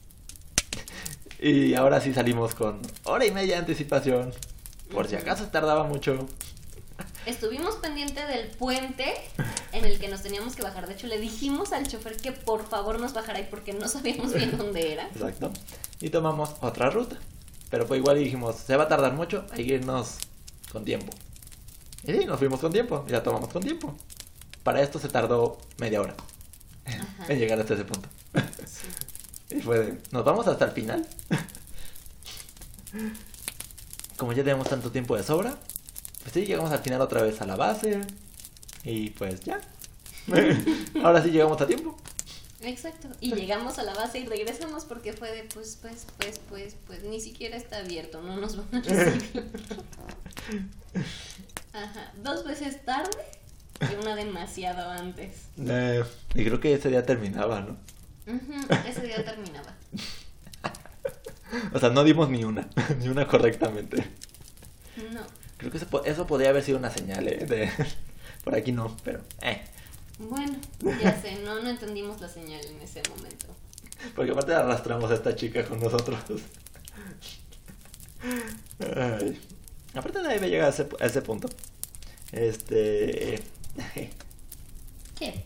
Y ahora sí salimos con hora y media de anticipación. Por si acaso tardaba mucho. Estuvimos pendiente del puente en el que nos teníamos que bajar. De hecho, le dijimos al chofer que por favor nos bajara ahí porque no sabíamos bien dónde era. Exacto. Y tomamos otra ruta. Pero fue igual y dijimos, se va a tardar mucho, hay que irnos con tiempo. Y sí, nos fuimos con tiempo, y la tomamos con tiempo. Para esto se tardó media hora Ajá. en llegar hasta ese punto. Sí. Y fue de, ¿nos vamos hasta el final? Como ya tenemos tanto tiempo de sobra, pues sí, llegamos al final otra vez a la base. Y pues ya. Ahora sí llegamos a tiempo. Exacto. Y llegamos a la base y regresamos porque fue de pues, pues, pues, pues, pues, ni siquiera está abierto, no nos van a recibir. Ajá. Dos veces tarde y una demasiado antes. Eh, y creo que ese día terminaba, ¿no? Ujú, ese día terminaba. O sea, no dimos ni una, ni una correctamente. No. Creo que eso, po- eso podría haber sido una señal, ¿eh? De... Por aquí no, pero... Eh. Bueno, ya sé, no, no entendimos la señal en ese momento. Porque aparte arrastramos a esta chica con nosotros. Ay. Aparte nadie va a llegar a ese, a ese punto. Este... ¿Qué?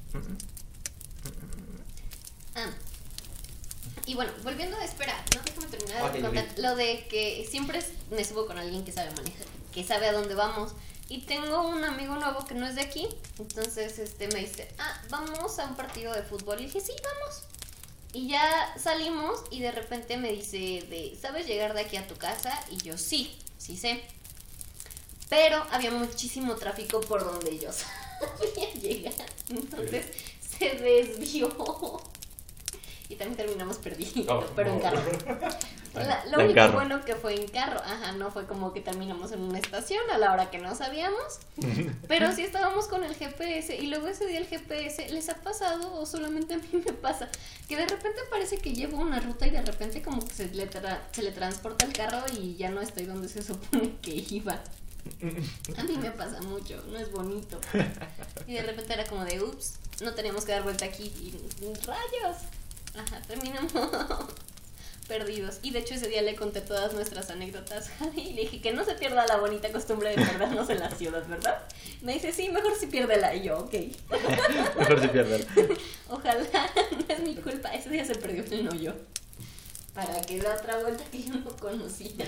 Ah. Y bueno, volviendo a esperar, ¿no? Déjame terminar Ok, de contar ok. lo de que siempre es- me subo con alguien que sabe manejar, que sabe a dónde vamos. Y tengo un amigo nuevo que no es de aquí, entonces este me dice, ah, vamos a un partido de fútbol. Y dije, sí, vamos. Y ya salimos y de repente me dice, de, ¿sabes llegar de aquí a tu casa? Y yo, sí, sí sé. Pero había muchísimo tráfico por donde yo sabía llegar. Entonces se desvió. Y también terminamos perdidos, Oh, pero en no. carro. La- lo En único carro. bueno que fue en carro. Ajá, no fue como que terminamos en una estación a la hora que no sabíamos. Pero sí estábamos con el G P S. Y luego ese día el G P S, ¿les ha pasado o solamente a mí me pasa? Que de repente parece que llevo una ruta y de repente como que se le, tra- se le transporta el carro y ya no estoy donde se supone que iba. A mí me pasa mucho, no es bonito. Y de repente era como de, ups, no teníamos que dar vuelta aquí. Y rayos. Ajá, terminamos perdidos. Y de hecho ese día le conté todas nuestras anécdotas a Javi y le dije que no se pierda la bonita costumbre de perdernos en la ciudad, ¿verdad? Me dice, sí, mejor si piérdela. Y yo, ok. Mejor si pierden. Ojalá, no es mi culpa. Ese día se perdió el no yo. Para que la otra vuelta que yo no conocía.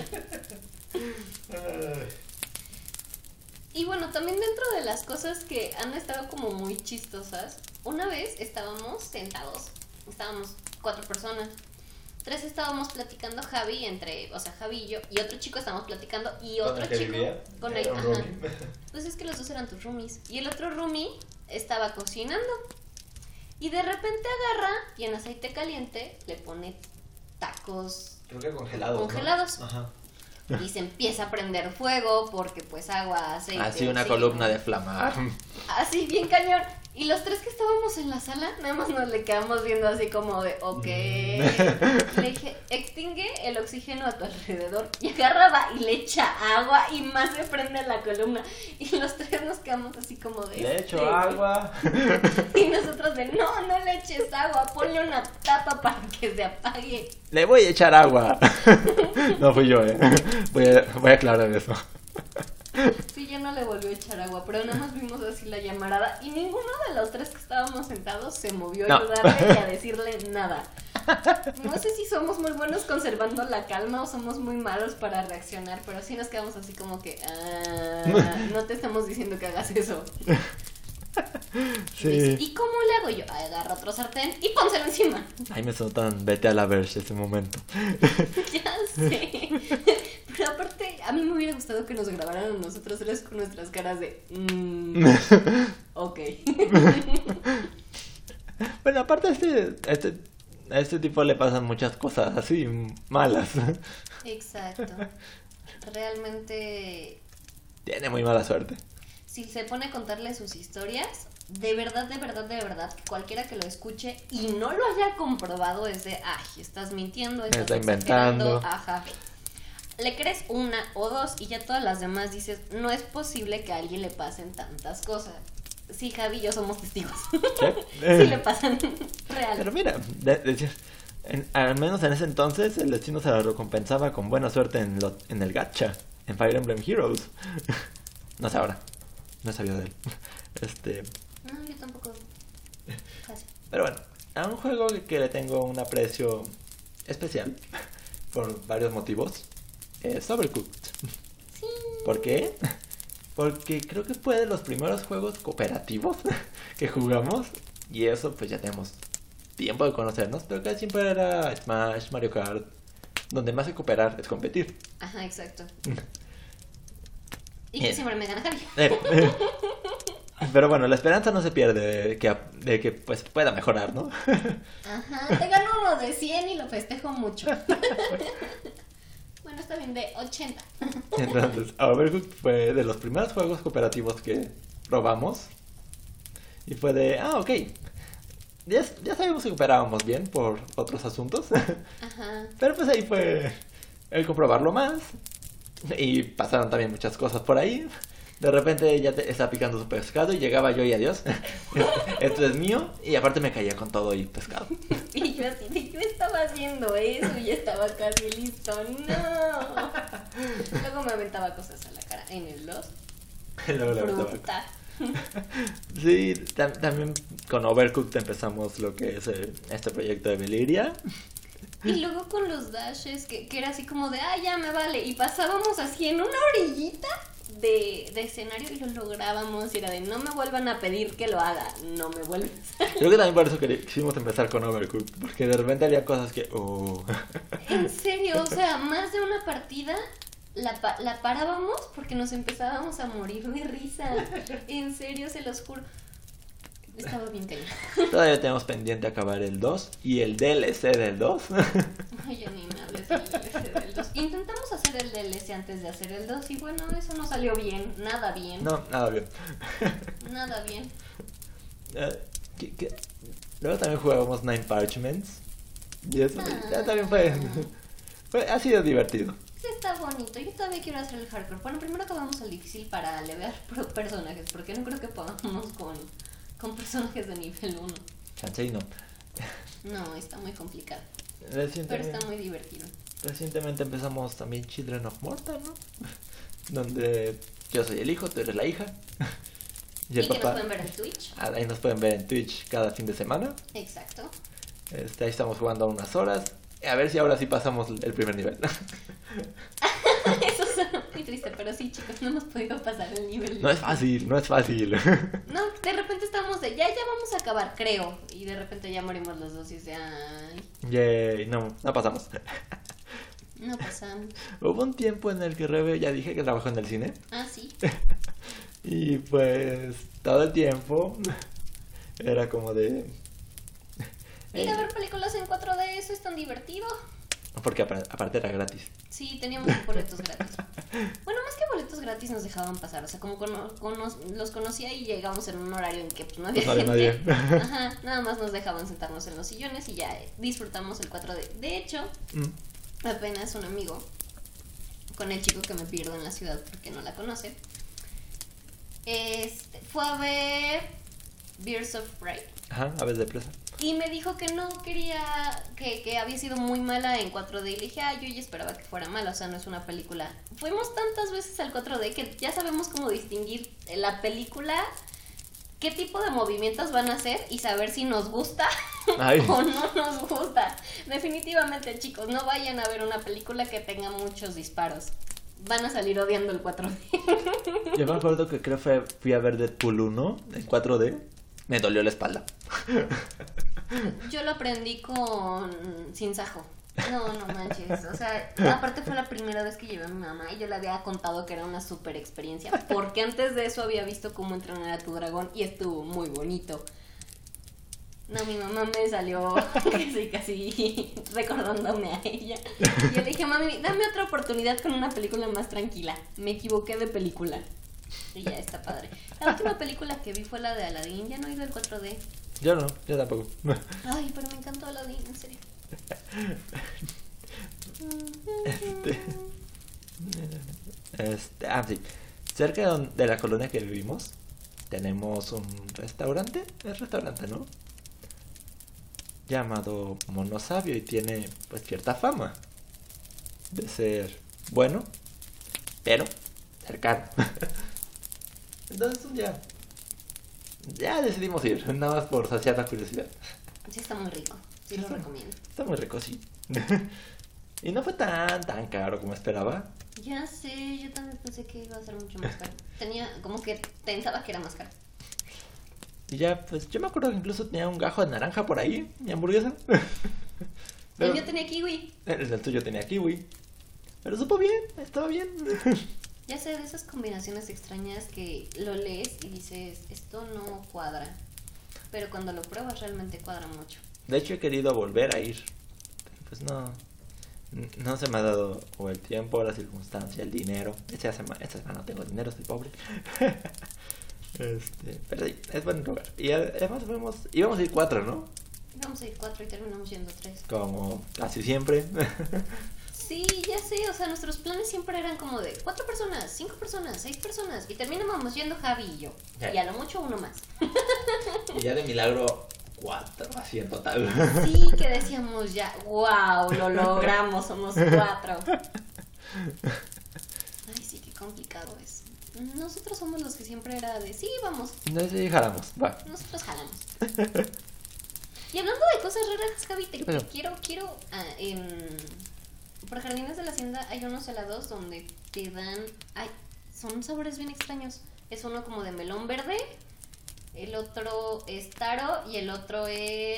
Y bueno, también dentro de las cosas que han estado como muy chistosas, una vez estábamos sentados, estábamos cuatro personas, tres estábamos platicando Javi, entre, o sea, Javi y yo, y otro chico estábamos platicando, y ¿Con otro el que chico, vivía? con Era el, un ajá, roomie. pues es que los dos eran tus roomies, y el otro roomie estaba cocinando. Y de repente agarra y en aceite caliente le pone tacos Creo que congelados. congelados. ¿no? Ajá. Y se empieza a prender fuego porque pues agua, aceite. Así una oxígeno. columna de flama. Así bien cañón. Y los tres que estábamos en la sala, nada más nos le quedamos viendo así como de, ok. Le dije, extingue el oxígeno a tu alrededor. Y agarraba y le echa agua y más se prende la columna. Y los tres nos quedamos así como de... Le echo este. agua. Y nosotros de, no, no le eches agua, ponle una tapa para que se apague. Le voy a echar agua. No fui yo, eh. Voy a, voy a aclarar eso. Sí, ya no le volvió a echar agua, pero nada más vimos así la llamarada y ninguno de los tres que estábamos sentados se movió a No. ayudarle y a decirle nada. No sé si somos muy buenos conservando la calma o somos muy malos para reaccionar, pero sí nos quedamos así como que, ah, no te estamos diciendo que hagas eso. Y, dice, Sí. ¿y cómo le hago yo? Agarra otro sartén y pónselo encima. Ay, me sonó tan vete a la verge ese momento. Ya sé. Pero aparte, a mí me hubiera gustado que nos grabaran a nosotros tres con nuestras caras de... Mm, ok. Bueno, aparte a este, a este, a este tipo le pasan muchas cosas así malas. Exacto. Realmente, Tiene muy mala suerte. si se pone a contarle sus historias, de verdad, de verdad, de verdad, que cualquiera que lo escuche y no lo haya comprobado es de, ay, estás mintiendo, estás Está exagerando, inventando. ajá. Le crees una o dos y ya todas las demás dices, no es posible que a alguien le pasen tantas cosas. Sí, Javi y yo somos testigos. ¿Qué? Sí le pasan real. Pero mira, de- decir, en- al menos en ese entonces el destino se lo recompensaba con buena suerte en, lo- en el gacha, en Fire Emblem Heroes. No sé ahora, no he sabido de él. Este, No, yo tampoco. Casi. pero bueno, a un juego que, que le tengo un aprecio especial por varios motivos es Overcooked. Sí. ¿Por qué? Porque creo que fue de los primeros juegos cooperativos que jugamos. Y eso pues ya tenemos tiempo de conocernos. Pero casi siempre era Smash, Mario Kart. Donde más que cooperar es competir. Ajá, exacto. Y que Eh. siempre me gana Javi. Eh, eh. Pero bueno, la esperanza no se pierde de que, de que pues pueda mejorar, ¿no? Ajá, te gano uno de cien y lo festejo mucho. Bueno, está bien, de ochenta. Entonces, Overcooked fue de los primeros juegos cooperativos que probamos. Y fue de, ah, ok. Ya, ya sabíamos que cooperábamos bien por otros asuntos. Ajá. Pero pues ahí fue el comprobarlo más. Y pasaron también muchas cosas por ahí. De repente ya te estaba picando su pescado y llegaba yo y adiós. Esto es mío. Y aparte me caía con todo y pescado. Y yo así de, yo estaba haciendo eso y ya estaba casi listo. No. Luego me aventaba cosas a la cara en el los. Luego le aventaba. Fruta. Sí, tam- también con Overcooked empezamos lo que es el- este proyecto de Beliria. Y luego con los dashes, que, que era así como de, ah, ya me vale. Y pasábamos así en una orillita de, de escenario y lo lográbamos. Y era de, no me vuelvan a pedir que lo haga, no me vuelves a... Creo que también por eso querí- quisimos empezar con Overcooked. Porque de repente había cosas que... Oh. En serio, o sea, más de una partida la, pa- la parábamos porque nos empezábamos a morir de risa. En serio, se los juro. Estaba bien cañón. Todavía tenemos pendiente acabar el dos y el D L C del dos. Ay, ya ni me hables del D L C del dos. Intentamos hacer el D L C antes de hacer el dos y bueno, eso no salió bien, nada bien. No, nada bien. Nada bien. Eh, ¿qué- qué? Luego también jugábamos Nine Parchments. Y eso Ah. ya también fue, fue... Ha sido divertido. Sí, está bonito. Yo todavía quiero hacer el hardcore. Bueno, primero acabamos el difícil para levear pro- personajes, porque no creo que podamos con, con personajes de nivel uno. Chance y no. No, está muy complicado. Pero Recientemente, está muy divertido. recientemente empezamos también Children of Morta, ¿no? Donde yo soy el hijo, tú eres la hija. Y, que nos pueden ver en Twitch. Ah, ahí nos pueden ver en Twitch cada fin de semana. Exacto. Este, ahí estamos jugando unas horas. A ver si ahora sí pasamos el primer nivel. Eso suena muy triste, pero sí, chicos, no hemos podido pasar el nivel. No es fácil, no es fácil. No, de repente estamos de, ya, ya vamos a acabar, creo. Y de repente ya morimos los dos y es de, ay, Yay, no, no pasamos. no pasamos. Hubo un tiempo en el que Rebe ya dije que trabajó en el cine. Ah, sí. Y pues todo el tiempo era como de... Ir a ver películas en cuatro D, eso es tan divertido. Porque aparte era gratis. Sí, teníamos boletos gratis. Bueno, más que boletos gratis nos dejaban pasar. O sea, como cono cono los conocía y llegamos en un horario en que pues, no había pues no gente. Nadie. Ajá, nada más nos dejaban sentarnos en los sillones y ya disfrutamos el cuatro D. De hecho, mm. apenas un amigo, con el chico que me pierdo en la ciudad porque no la conoce, este, fue a ver Birds of Prey. Ajá, Aves de Presa. Y me dijo que no quería, que, que había sido muy mala en cuatro D. Y le dije, ah, yo ya esperaba que fuera mala, o sea, no es una película. Fuimos tantas veces al cuatro D que ya sabemos cómo distinguir la película, qué tipo de movimientos van a hacer y saber si nos gusta o no nos gusta. Definitivamente, chicos, no vayan a ver una película que tenga muchos disparos. Van a salir odiando el cuatro D. Yo me acuerdo que creo que fui a ver Deadpool uno en cuatro D. Me dolió la espalda. Yo lo aprendí con Sin Sajo. No, no manches. O sea, aparte fue la primera vez que llevé a mi mamá y yo le había contado que era una super experiencia. Porque antes de eso había visto cómo entrenar a tu dragón y estuvo muy bonito. No, mi mamá me salió casi, casi recordándome a ella. Y yo le dije, mami, dame otra oportunidad con una película más tranquila. Me equivoqué de película. Y ya está padre. La última película que vi fue la de Aladdin. Ya no he ido al cuatro D. Yo no, yo tampoco. Ay, pero me encantó Aladdin, en serio. Este, este, ah, sí. Cerca de la colonia que vivimos tenemos un restaurante. Es restaurante, ¿no? Llamado Mono Sabio y tiene pues cierta fama de ser bueno, pero cercano. Entonces un día ya decidimos ir, nada más por saciar la curiosidad. Sí, está muy rico, sí lo recomiendo. Está muy rico, sí. Y no fue tan, tan caro como esperaba. Ya sé, yo también pensé que iba a ser mucho más caro. Tenía, como que pensaba que era más caro. Y ya, pues yo me acuerdo que incluso tenía un gajo de naranja por ahí, mi hamburguesa. Pero, el mío tenía kiwi. El, el tuyo tenía kiwi. Pero supo bien, estaba bien. Ya sé, de esas combinaciones extrañas que lo lees y dices, esto no cuadra. Pero cuando lo pruebas realmente cuadra mucho. De hecho he querido volver a ir. Pues no, no se me ha dado o el tiempo, la circunstancia, el dinero. Esta semana, esta semana no tengo dinero, estoy pobre. Este, pero sí, es buen lugar. Y además fuimos, íbamos a ir cuatro, ¿no? Íbamos a ir cuatro y terminamos yendo tres. Como casi siempre. Sí, ya sé, o sea, nuestros planes siempre eran como de cuatro personas, cinco personas, seis personas. Y terminábamos yendo Javi y yo. Ya. Y a lo mucho uno más. Y ya de milagro cuatro, así en total. Sí, que decíamos ya, wow, lo logramos, somos cuatro. Ay, sí, qué complicado es. Nosotros somos los que siempre era de, sí, vamos. No sé si jalamos, va. Nosotros jalamos. Y hablando de cosas raras, Javi, te, te quiero, quiero, ah, en... por Jardines de la Hacienda hay unos helados donde te dan, ay, son sabores bien extraños. Es uno como de melón verde, el otro es taro y el otro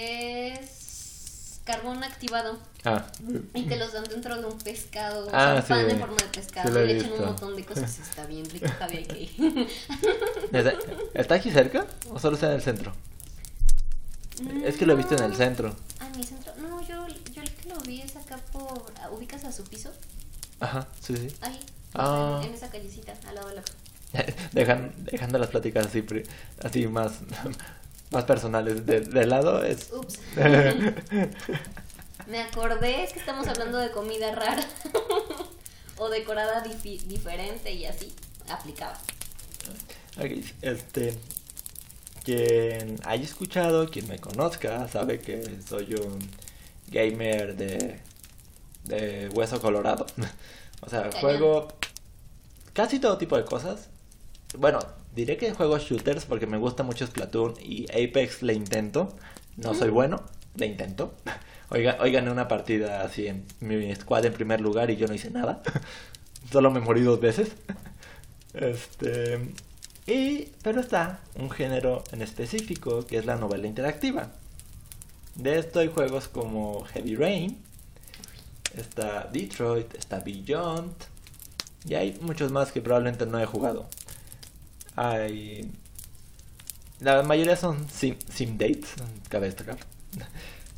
es carbón activado. Ah. Y te los dan dentro de un pescado, ah, o sea, sí, pan en forma de pescado, sí y le echan un montón de cosas. Está bien rico, Javi, que... ¿Está aquí cerca o solo está en el centro? No. Es que lo he visto en el centro. Ah, en mi centro. No, yo, yo el que lo vi es acá por... ¿Ubicas a su piso? Ajá, sí, sí. Ahí, ah. en, en esa callecita, al lado de la... Dejan, dejando las pláticas así, así más, más personales de, de lado es... Ups. Me acordé, es que estamos hablando de comida rara o decorada dif diferente y así aplicaba. Okay, este, quien haya escuchado, quien me conozca, sabe que soy un gamer de, de hueso colorado. O sea, Cañón. Juego casi todo tipo de cosas. Bueno, diré que juego shooters porque me gusta mucho Splatoon y Apex le intento. No soy bueno, le intento. Oiga, hoy gané una partida así en mi squad en primer lugar y yo no hice nada. Solo me morí dos veces. Este... Y... Pero está un género en específico que es la novela interactiva. De esto hay juegos como Heavy Rain. Está Detroit, está Beyond. Y hay muchos más que probablemente no he jugado. Hay... La mayoría son sim, sim dates, cabe destacar.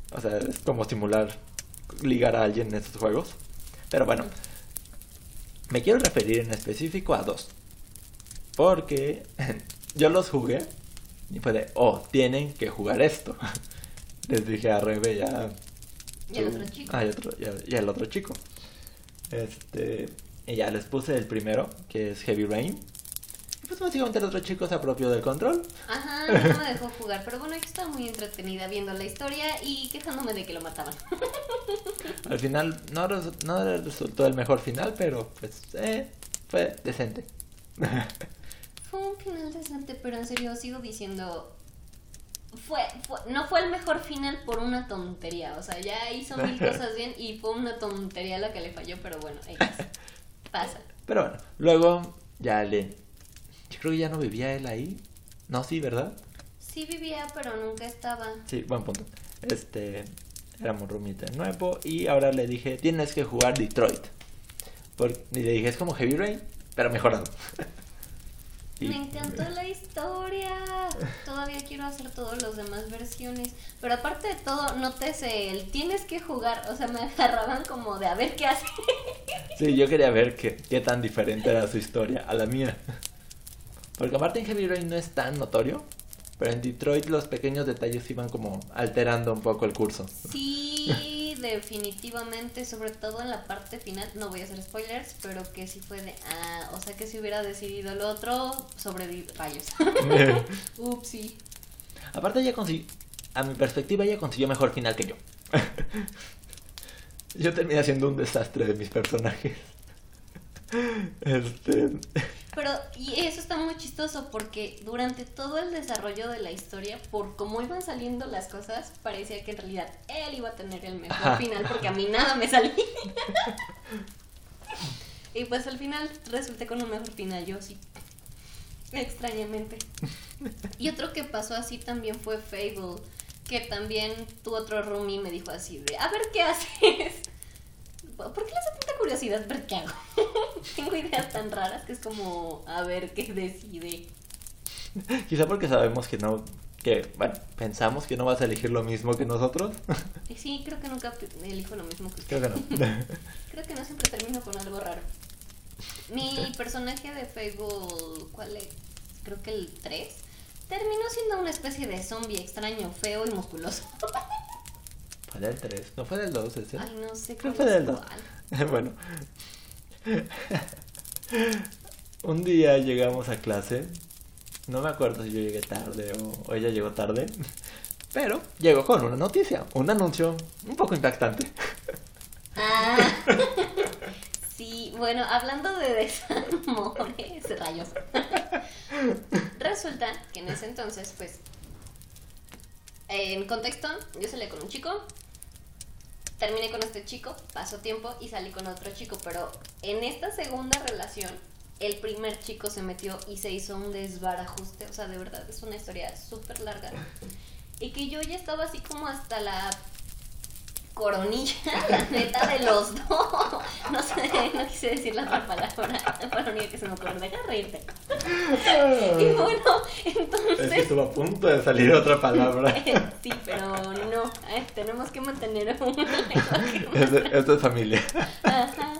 O sea, es como simular ligar a alguien en estos juegos. Pero bueno, me quiero referir en específico a dos. Porque yo los jugué y fue de, oh, tienen que jugar esto. Les dije a Rebe y a... Y al otro chico. Ah, y, otro, y, a, y al otro chico. Este... Y ya les puse el primero, que es Heavy Rain. Y pues básicamente el otro chico se apropió del control. Ajá, no me dejó jugar. Pero bueno, yo estaba muy entretenida viendo la historia y quejándome de que lo mataban. Al final no, res- no resultó el mejor final, pero pues eh, fue decente. Fue un final decente, pero en serio sigo diciendo... Fue, fue, no fue el mejor final por una tontería. O sea, ya hizo mil cosas bien y fue una tontería la que le falló, pero bueno, X. Pasa. Pero bueno, luego ya le... Yo creo que ya no vivía él ahí. No, sí, ¿verdad? Sí vivía, pero nunca estaba. Sí, buen punto. Este... Éramos roomite de nuevo y ahora le dije, tienes que jugar Detroit. Por... Y le dije, es como Heavy Rain, pero mejorado. Y- Me encantó la historia. Todavía quiero hacer todas las demás versiones. Pero aparte de todo, nótese el tienes que jugar. O sea, me agarraban como de a ver qué hace. Sí, yo quería ver qué, qué tan diferente era su historia a la mía. Porque aparte en Heavy Rain no es tan notorio, pero en Detroit los pequeños detalles iban como alterando un poco el curso. Sí, definitivamente, sobre todo en la parte final, no voy a hacer spoilers, pero que sí fue de, ah, o sea que si hubiera decidido el otro, sobreviví, rayos. Upsi. Aparte ella consiguió, a mi perspectiva ella consiguió mejor final que yo. Yo terminé haciendo un desastre de mis personajes. Este... Pero, y eso está muy chistoso porque durante todo el desarrollo de la historia, por cómo iban saliendo las cosas, parecía que en realidad él iba a tener el mejor Ajá. final porque a mí nada me salía. Y pues al final resulté con un mejor final, yo sí. Extrañamente. Y otro que pasó así también fue Fable, que también tu otro roomie me dijo así de, a ver qué haces. ¿Por qué le hace tanta curiosidad ver qué hago? Tengo ideas tan raras que es como a ver qué decide. Quizá porque sabemos que no, que, bueno, pensamos que no vas a elegir lo mismo que nosotros. Y sí, creo que nunca elijo lo mismo que usted. Creo que no. Creo que no siempre termino con algo raro. Mi personaje de Fable, ¿cuál es? Creo que el tres, terminó siendo una especie de zombie extraño, feo y musculoso. Fue del tres, no fue del dos ese. Ay, no sé Creo cuál que fue es del dos. cuál. Bueno. Un día llegamos a clase. No me acuerdo si yo llegué tarde o, o ella llegó tarde. Pero llegó con una noticia, un anuncio un poco impactante. Ah, sí, bueno, hablando de desamores, rayos. Resulta que en ese entonces, pues, en contexto, yo salí con un chico, terminé con este chico, pasó tiempo y salí con otro chico, pero en esta segunda relación, el primer chico se metió y se hizo un desbarajuste, o sea, de verdad, es una historia súper larga. Y que yo ya estaba así como hasta la coronilla, la neta, de los dos. No sé, no quise decir la otra palabra, la coronilla que se me ocurre, deja reírte. Y bueno, Es que entonces... estuvo a punto de salir otra palabra. Sí, pero no, eh, tenemos que mantener un lenguaje más Esto, esto es familia. Ajá.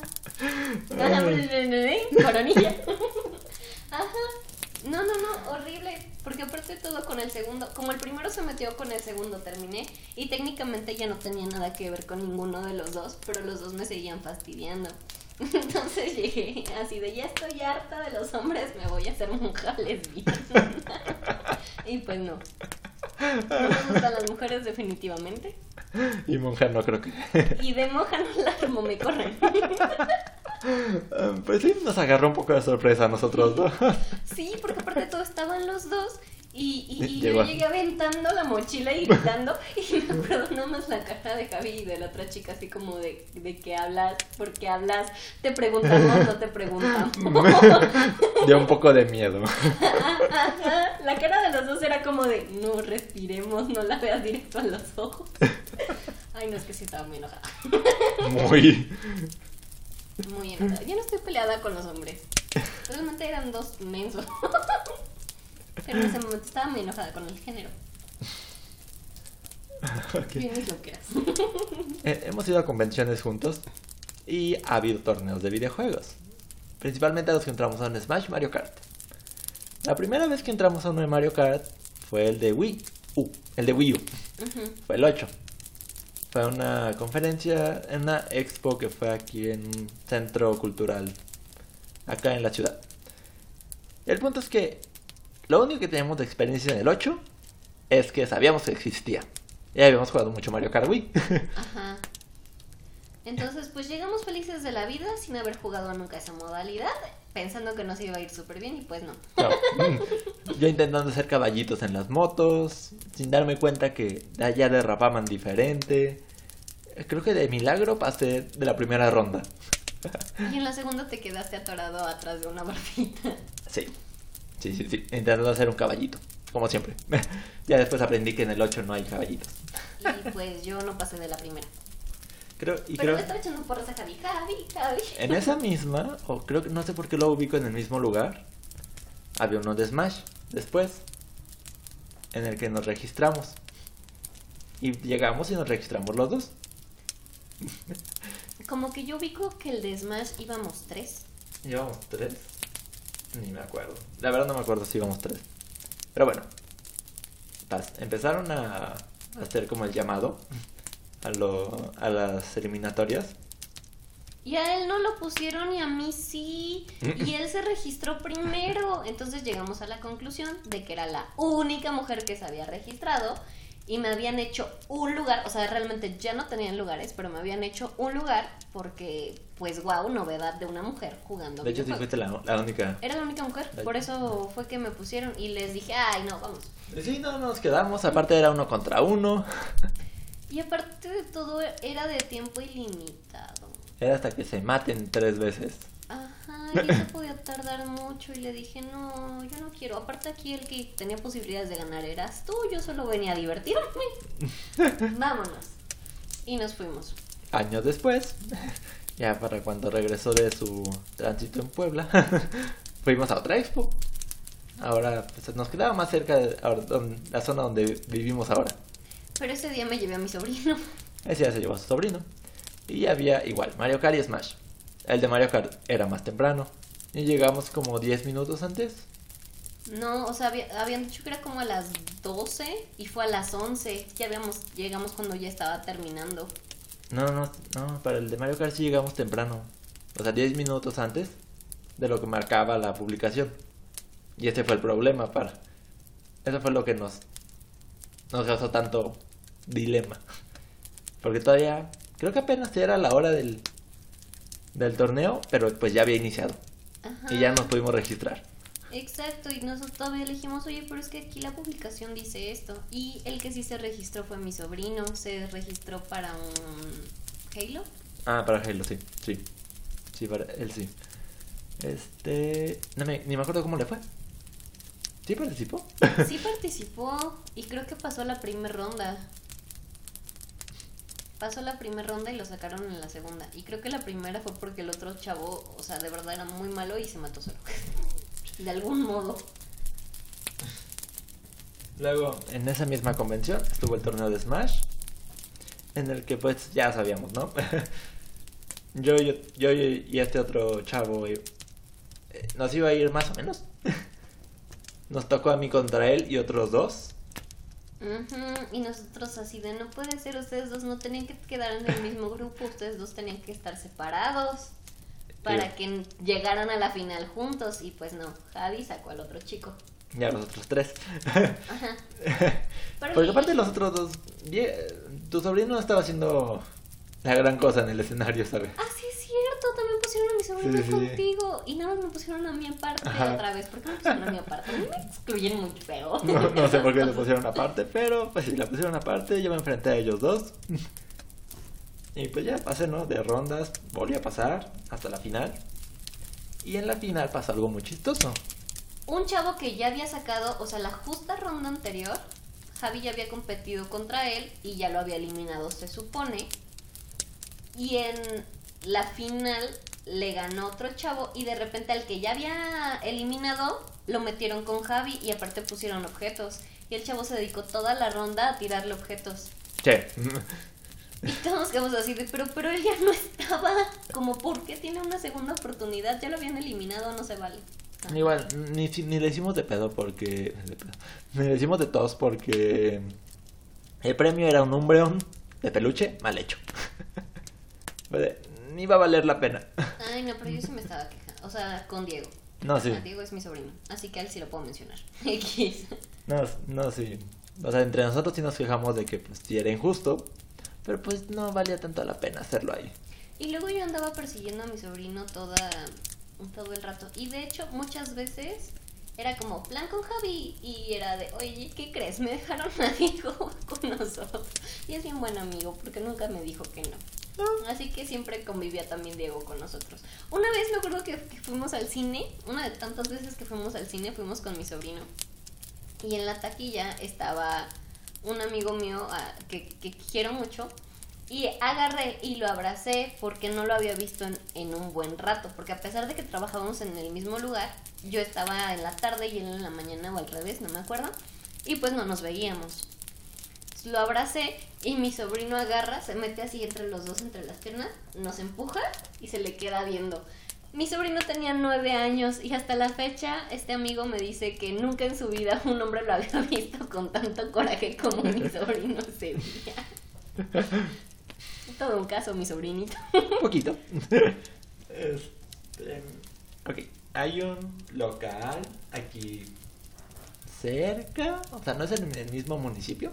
Coronilla. Ajá. No, no, no, horrible. Porque aparte de todo con el segundo, como el primero se metió con el segundo, terminé. Y técnicamente ya no tenía nada que ver con ninguno de los dos, pero los dos me seguían fastidiando. Entonces llegué así de, ya estoy harta de los hombres, me voy a hacer monja lesbiana. Y pues no. No me gustan las mujeres definitivamente. Y monja no creo que. Y de monja no la armo, me corren. Pues sí, nos agarró un poco de sorpresa a nosotros, ¿no? Sí, porque aparte de todo estaban los dos y, y, y Llegó. yo llegué aventando la mochila y gritando y me acuerdo nada más la cara de Javi y de la otra chica así como de, de que hablas, ¿por qué hablas? Te preguntamos, no te preguntamos. Dio un poco de miedo. Ajá, la cara de los dos era como de, no respiremos, no la veas directo a los ojos. Ay, no, es que sí estaba muy enojada. Muy. Muy enojada. Yo no estoy peleada con los hombres. Realmente eran dos mensos. Pero en ese momento estaba muy enojada con el género. Okay. Vienes lo que haces. Eh, hemos ido a convenciones juntos y ha habido torneos de videojuegos. Principalmente a los que entramos a un Smash Mario Kart. La primera vez que entramos a uno de Mario Kart fue el de Wii U, el de Wii U. Uh-huh. Fue el ocho. Fue una conferencia, en una expo que fue aquí en un centro cultural, acá en la ciudad. El punto es que lo único que teníamos de experiencia en el ocho es que sabíamos que existía. Ya habíamos jugado mucho Mario Kart Wii. Ajá. Entonces, pues llegamos felices de la vida sin haber jugado nunca esa modalidad, pensando que nos iba a ir súper bien y pues no. No. Yo intentando hacer caballitos en las motos, sin darme cuenta que de allá derrapaban diferente. Creo que de milagro pasé de la primera ronda. Y en la segunda te quedaste atorado atrás de una barbita. Sí, sí, sí, sí, intentando hacer un caballito, como siempre. Ya después aprendí que en el ocho no hay caballitos. Y pues yo no pasé de la primera. Creo, y Pero creo, le estaba echando porras a Javi, Javi, Javi. en esa misma, o creo que no sé por qué lo ubico en el mismo lugar, había uno de Smash después, en el que nos registramos. Y llegamos y nos registramos los dos. Como que yo ubico que el de Smash íbamos tres. ¿Llevamos tres? Ni me acuerdo. La verdad no me acuerdo si íbamos tres. Pero bueno, pas- empezaron a hacer como el llamado a, lo, a las eliminatorias. Y a él no lo pusieron y a mí sí. Y él se registró primero. Entonces llegamos a la conclusión de que era la única mujer que se había registrado. Y me habían hecho un lugar, o sea, realmente ya no tenían lugares, pero me habían hecho un lugar porque, pues, wow, novedad de una mujer jugando. De hecho, sí fuiste la, la única. Era la única mujer, por eso fue que me pusieron y les dije, ay, no, vamos. Sí, no, nos quedamos. Aparte era uno contra uno. Y aparte de todo, era de tiempo ilimitado. Era hasta que se maten tres veces. Ajá, y eso podía tardar mucho y le dije, no, yo no quiero. Aparte aquí el que tenía posibilidades de ganar eras tú, yo solo venía a divertirme. Vámonos. Y nos fuimos. Años después, ya para cuando regresó de su tránsito en Puebla, fuimos a otra expo. Ahora pues, nos quedaba más cerca de ahora, donde- la zona donde vivimos ahora. Pero ese día me llevé a mi sobrino. Ese ya se llevó a su sobrino. Y había igual, Mario Kart y Smash. El de Mario Kart era más temprano. Y llegamos como diez minutos antes. No, o sea, había- habían dicho que era como a las doce y fue a las once. Ya habíamos, llegamos cuando ya estaba terminando. No, no, no, para el de Mario Kart sí llegamos temprano. O sea, diez minutos antes de lo que marcaba la publicación. Y ese fue el problema, para. Eso fue lo que nos, nos causó tanto dilema. Porque todavía, creo que apenas era la hora del, del torneo, pero pues ya había iniciado. Ajá. Y ya nos pudimos registrar. Exacto, y nosotros todavía le dijimos, oye, pero es que aquí la publicación dice esto. Y el que sí se registró fue mi sobrino, se registró para un Halo. Ah, para Halo, sí, sí. Sí, para él sí. Este... No me, ni me acuerdo cómo le fue. ¿Sí participó? Sí participó y creo que pasó la primera ronda. Pasó la primera ronda y lo sacaron en la segunda. Y creo que la primera fue porque el otro chavo, o sea, de verdad era muy malo y se mató solo. De algún modo. Luego, en esa misma convención, estuvo el torneo de Smash. En el que pues ya sabíamos, ¿no? yo, yo, yo y este otro chavo eh, nos iba a ir más o menos. Nos tocó a mí contra él y otros dos. Ujú, y nosotros así de, no puede ser, ustedes dos no tenían que quedar en el mismo grupo, ustedes dos tenían que estar separados para Sí. que llegaran a la final juntos. Y pues no, Javi sacó al otro chico. Ya los otros tres. Ajá. Pero Porque y- aparte los otros dos, ye- tu sobrino estaba haciendo la gran cosa en el escenario, ¿sabes? Ah, sí es cierto, también pusieron a mi sobrino Sí, sí. contigo. Y nada más me pusieron a mí aparte. Ajá. Otra vez. ¿Por qué me pusieron a mí aparte? A mí me excluyen muy feo. No, no sé por qué le pusieron aparte, pero pues sí, la pusieron aparte, yo me enfrenté a ellos dos. Y pues ya pasé, ¿no? De rondas, volví a pasar hasta la final. Y en la final pasó algo muy chistoso. Un chavo que ya había sacado, o sea, la justa ronda anterior, Javi ya había competido contra él y ya lo había eliminado, se supone. Y en la final le ganó otro chavo y de repente al que ya había eliminado lo metieron con Javi y aparte pusieron objetos. Y el chavo se dedicó toda la ronda a tirarle objetos. Sí. Y todos nos quedamos así de, pero, pero él ya no estaba. Como, ¿por qué tiene una segunda oportunidad? Ya lo habían eliminado, no se vale. Ajá. Igual, ni, ni le hicimos de pedo porque... de pedo. Ni le hicimos de tos porque... el premio era un Umbreon de peluche mal hecho. Ni va a valer la pena. Ay, no, pero yo sí me estaba quejando. O sea, con Diego. No, sí. Ah, Diego es mi sobrino, así que a él sí lo puedo mencionar. X. No, no, sí. O sea, entre nosotros sí nos quejamos de que pues sí era injusto, pero pues no valía tanto la pena hacerlo ahí. Y luego yo andaba persiguiendo a mi sobrino toda, todo el rato. Y de hecho, muchas veces era como plan con Javi. Y era de, oye, ¿qué crees? Me dejaron a Diego con nosotros. Y es bien buen amigo, porque nunca me dijo que no. Así que siempre convivía también Diego con nosotros. Una vez me acuerdo que, que fuimos al cine. Una de tantas veces que fuimos al cine, fuimos con mi sobrino. Y en la taquilla estaba un amigo mío uh, que, que quiero mucho. Y agarré y lo abracé porque no lo había visto en, en un buen rato. Porque a pesar de que trabajábamos en el mismo lugar, yo estaba en la tarde y él en la mañana o al revés, no me acuerdo. Y pues no nos veíamos. Lo abracé y mi sobrino agarra, se mete así entre los dos, entre las piernas, nos empuja y se le queda viendo. Mi sobrino tenía nueve años y hasta la fecha este amigo me dice que nunca en su vida un hombre lo había visto con tanto coraje como mi sobrino ese día. Todo un caso, mi sobrinito. Poquito. Este, ok, hay un local aquí cerca, o sea, no es en el mismo municipio,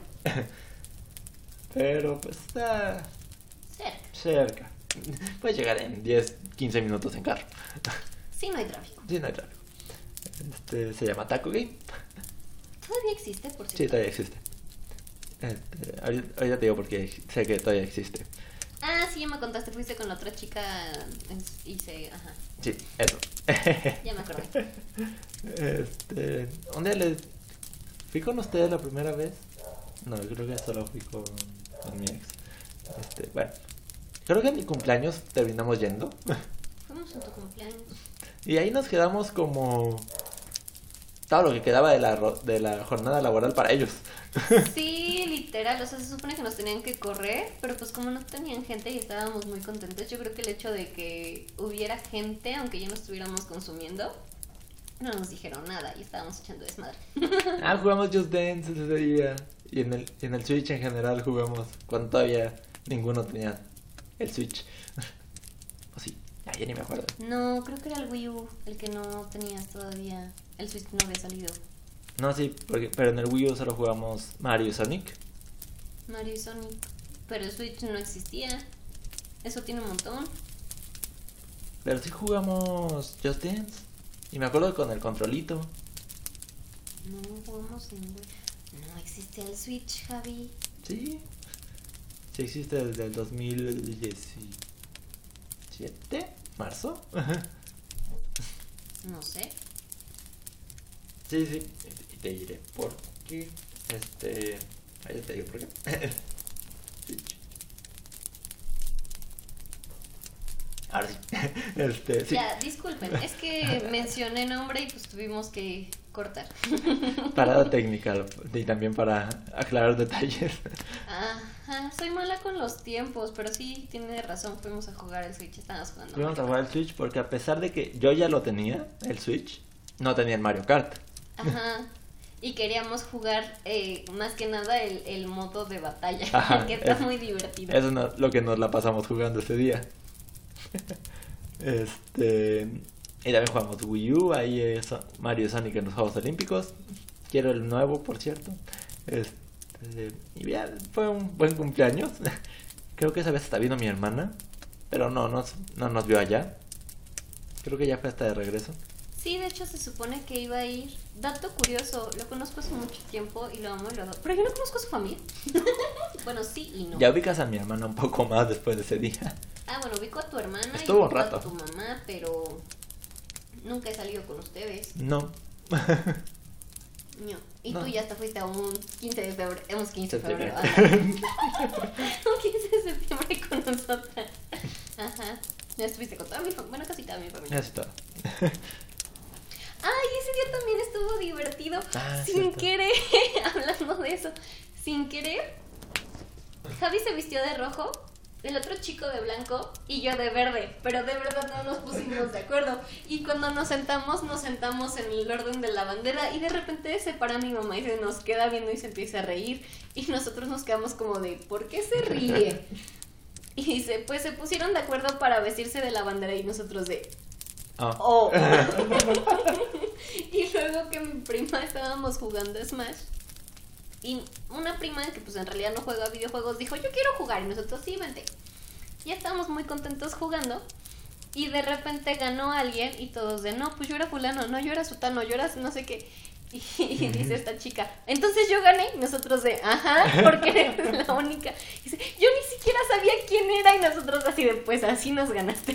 pero pues está cerca. cerca. Puedes llegar en diez, quince minutos en carro. Sí, no hay tráfico. Sí, no hay tráfico. Este, se llama Taco Game. ¿Todavía existe, por cierto? Sí, todavía existe. Este, ahorita, ahorita te digo porque sé que todavía existe. Ah, sí, ya me contaste, fuiste con la otra chica y se... Ajá. Sí, eso. Ya me acordé. Este, un día les... ¿Fui con ustedes la primera vez? No, yo creo que solo fui con, con mi ex. Este, bueno, creo que en mi cumpleaños terminamos yendo. Fuimos en tu cumpleaños. Y ahí nos quedamos como... todo lo que quedaba de la, ro- de la jornada laboral para ellos. Sí, literal, o sea, se supone que nos tenían que correr, pero pues como no tenían gente y estábamos muy contentos, yo creo que el hecho de que hubiera gente, aunque ya no estuviéramos consumiendo, no nos dijeron nada y estábamos echando desmadre. Ah, jugamos Just Dance ese día. Y en el, en el Switch en general jugamos cuando todavía ninguno tenía el Switch. O sí, ya, ya ni me acuerdo. No, creo que era el Wii U, el que no tenías todavía, el Switch no había salido. No, sí, porque, pero en el Wii U solo jugamos Mario y Sonic. Mario y Sonic, pero el Switch no existía, eso tiene un montón. Pero sí jugamos Just Dance. Y me acuerdo con el controlito. No, jugamos en Wii. No existe el Switch, Javi. Sí. Sí existe desde el dos mil diecisiete, marzo. No sé. Sí, sí. Y te diré por qué. Este... Ahí te digo por qué. Switch. Ahora sí. Este, sí. Ya, disculpen, es que mencioné nombre y pues tuvimos que cortar. Parada técnica y también para aclarar detalles. Ajá, soy mala con los tiempos, pero sí, tiene razón, fuimos a jugar el Switch, estábamos jugando. Fuimos a jugar el Switch porque a pesar de que yo ya lo tenía, el Switch, no tenía el Mario Kart. Ajá, y queríamos jugar eh, más que nada el, el modo de batalla, Ajá, que está es- muy divertido. Eso es no- lo que nos la pasamos jugando ese día. Este... Y también jugamos Wii U, ahí es Mario y Sonic en los Juegos Olímpicos. Quiero el nuevo, por cierto. Este... Y ya, fue un buen cumpleaños. Creo que esa vez está vino mi hermana, pero no nos, no nos vio allá. Creo que ya fue hasta de regreso. Sí, de hecho se supone que iba a ir. Dato curioso, lo conozco hace mucho tiempo y lo amo y lo adoro. Pero yo no conozco a su familia. Bueno, sí y no. Ya ubicas a mi hermana un poco más después de ese día. Ah, bueno, ubico a tu hermana Estuvo y un ubico rato. a tu mamá, pero nunca he salido con ustedes. No. No. Y No. tú ya hasta fuiste a un quince de febrero. Un quince de febrero. Septiembre. ah. Un quince de septiembre con nosotras. Ajá. Ya estuviste con toda mi familia. Bueno, casi toda mi familia. Eso es todo. Ay, ese día también estuvo divertido. Ah, Sin cierto. querer, hablando de eso, sin querer, Javi se vistió de rojo, el otro chico de blanco y yo de verde, pero de verdad no nos pusimos de acuerdo. Y cuando nos sentamos, nos sentamos en el orden de la bandera y de repente se para mi mamá y se nos queda viendo y se empieza a reír. Y nosotros nos quedamos como de, ¿por qué se ríe? Y dice, pues se pusieron de acuerdo para vestirse de la bandera y nosotros de... Oh. oh. Y luego que mi prima estábamos jugando Smash y una prima que pues en realidad no juega videojuegos dijo, yo quiero jugar, y nosotros sí, vente. Ya estábamos muy contentos jugando y de repente ganó alguien y todos de, no, pues yo era fulano, no, yo era sutano, yo era no sé qué. Y, y dice esta chica, entonces yo gané. Y nosotros de, ajá, porque eres la única. Y dice, yo ni siquiera sabía quién era. Y nosotros así de, pues así nos ganaste.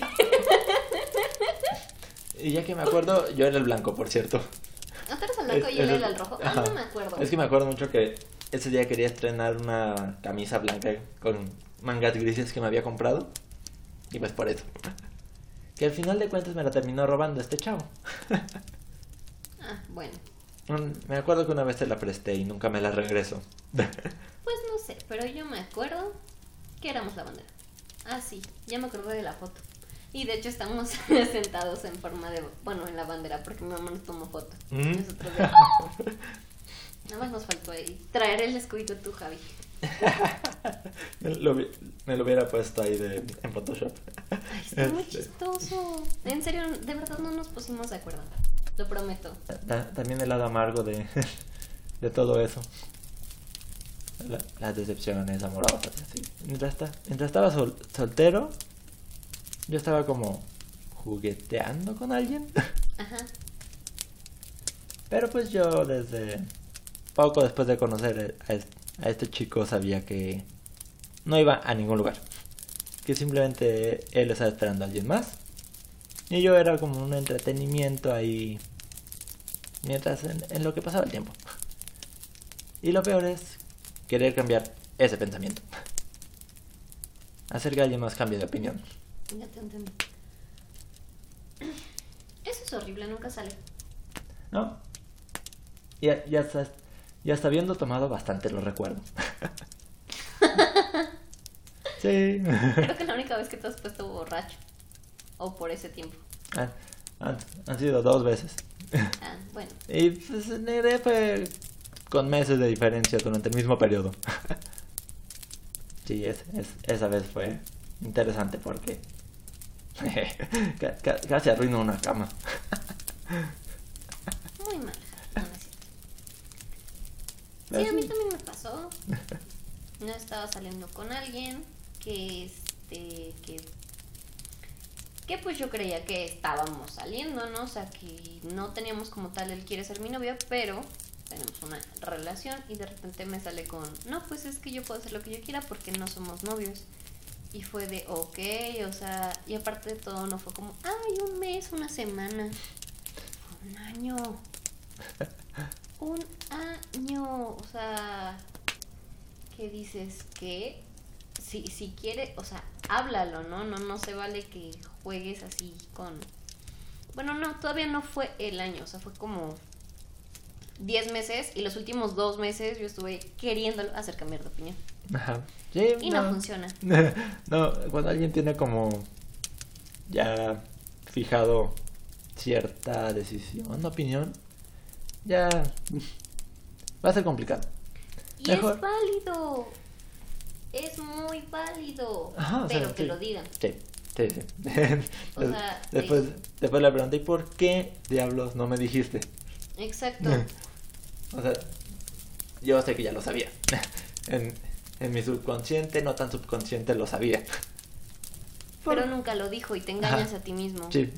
Y ya que me acuerdo, yo era el blanco, por cierto. ¿No tú eres el blanco es, y él era el rojo? Ah, no me acuerdo. Es que me acuerdo mucho que ese día quería estrenar una camisa blanca con mangas grises que me había comprado. Y pues por eso. Que al final de cuentas me la terminó robando este chavo. Ah, bueno. Me acuerdo que una vez te la presté y nunca me la regresó. Pues no sé, pero yo me acuerdo que éramos la bandera. Ah, sí, ya me acordé de la foto. Y de hecho estamos sentados en forma de... Bueno, en la bandera, porque mi mamá nos tomó foto. ¿Mm? Nosotros de... ¡Oh! Nada más nos faltó ahí traer el escudito tú, Javi. me, lo, me lo hubiera puesto ahí de, en Photoshop. Ay, está muy chistoso. En serio, de verdad no nos pusimos de acuerdo. Lo prometo. También el lado amargo de, de todo eso. La, las decepciones amorosas. Así. Mientras, está, mientras estaba sol, soltero, yo estaba como jugueteando con alguien. Ajá. Pero pues yo desde poco después de conocer a, a este chico sabía que no iba a ningún lugar. Que simplemente él estaba esperando a alguien más. Y yo era como un entretenimiento ahí mientras en, en lo que pasaba el tiempo. Y lo peor es querer cambiar ese pensamiento. Hacer que alguien más cambie de opinión. Ya te entendí. Eso es horrible, nunca sale. ¿No? Ya, ya, está, ya está habiendo tomado bastante, lo recuerdo. Sí. Creo que la única vez que te has puesto borracho. O por ese tiempo. Han, han, han sido dos veces. Ah, bueno. Y pues, fue con meses de diferencia durante el mismo periodo. Sí, es, es, esa vez fue interesante porque casi arruinó una cama. Muy mal. No, no es cierto. Sí, a mí también me pasó. No estaba saliendo con alguien que este que que pues yo creía que estábamos saliendo, ¿no? O sea, que no teníamos como tal él quiere ser mi novio, pero tenemos una relación y de repente me sale con, no, pues es que yo puedo hacer lo que yo quiera porque no somos novios. Y fue de, ok, o sea, y aparte de todo no fue como, ay, un mes, una semana, un año, un año, o sea, ¿qué dices? Que si, si quiere, o sea, háblalo, ¿no? No, no se vale que juegues así con, bueno, no, todavía no fue el año, o sea, fue como diez meses y los últimos dos meses yo estuve queriéndolo hacer cambiar de opinión. Ajá. Sí, y no, no funciona. No, cuando alguien tiene como ya fijado cierta decisión, opinión, ya va a ser complicado. Y Mejor. es válido. Es muy válido. Ajá, pero sea, que sí. lo digan. Sí, sí, sí. O sea, después, sí. después le pregunté, ¿por qué diablos no me dijiste? Exacto. O sea, yo sé que ya lo sabía. En, en mi subconsciente, no tan subconsciente, lo sabía. Pero nunca lo dijo y te engañas Ajá. a ti mismo. Sí.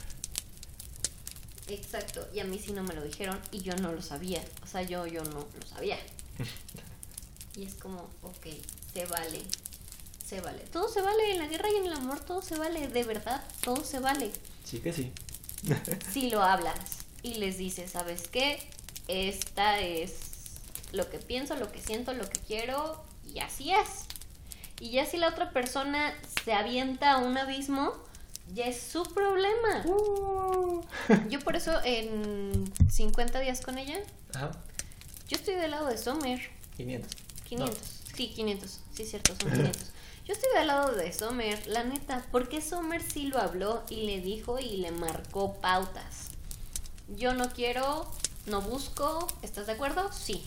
Exacto. Y a mí sí no me lo dijeron y yo no lo sabía. O sea, yo, yo no lo sabía. Y es como, ok, se vale. Se vale. Todo se vale. En la guerra y en el amor todo se vale. De verdad, todo se vale. Sí que sí. Si lo hablas y les dices, ¿sabes qué? Esta es lo que pienso, lo que siento, lo que quiero, y así es. Y ya si la otra persona se avienta a un abismo, ya es su problema. Uh. Yo por eso en cincuenta días con ella, Ajá. yo estoy del lado de Summer. quinientos. quinientos. No, Sí, quinientos. Sí, es cierto, son quinientos. Yo estoy del lado de Summer, la neta, porque Summer sí lo habló y le dijo y le marcó pautas. Yo no quiero, no busco, ¿estás de acuerdo? Sí.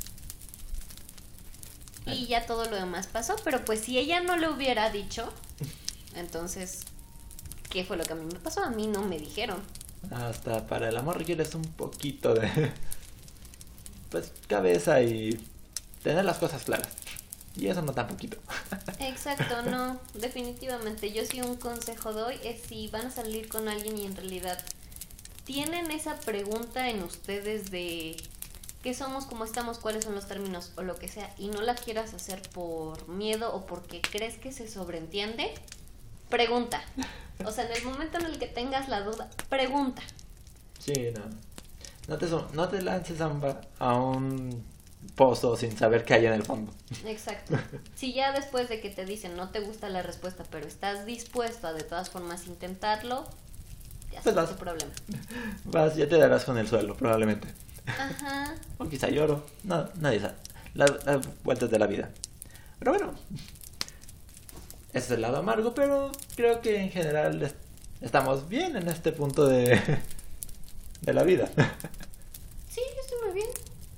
Y ya todo lo demás pasó, pero pues si ella no lo hubiera dicho, entonces, ¿qué fue lo que a mí me pasó? A mí no me dijeron. Hasta para el amor requieres un poquito de, pues, cabeza y tener las cosas claras. Y eso no tan poquito. Exacto, no, definitivamente. Yo sí un consejo doy es si van a salir con alguien y en realidad tienen esa pregunta en ustedes de qué somos, cómo estamos, cuáles son los términos o lo que sea, y no la quieras hacer por miedo o porque crees que se sobreentiende, pregunta. O sea, en el momento en el que tengas la duda, pregunta. Sí, no. No te, so- no te lances a un, ba- a un pozo sin saber qué hay en el fondo. Exacto. Si ya después de que te dicen no te gusta la respuesta, pero estás dispuesto a de todas formas intentarlo, ya Pues es vas. tu problema. Vas, ya te darás con el suelo, probablemente. Ajá. O quizá lloro. No, nadie sabe. Las, las vueltas de la vida. Pero bueno. Ese es el lado amargo, pero creo que en general es- estamos bien en este punto de, de la vida. Sí, yo estoy muy bien.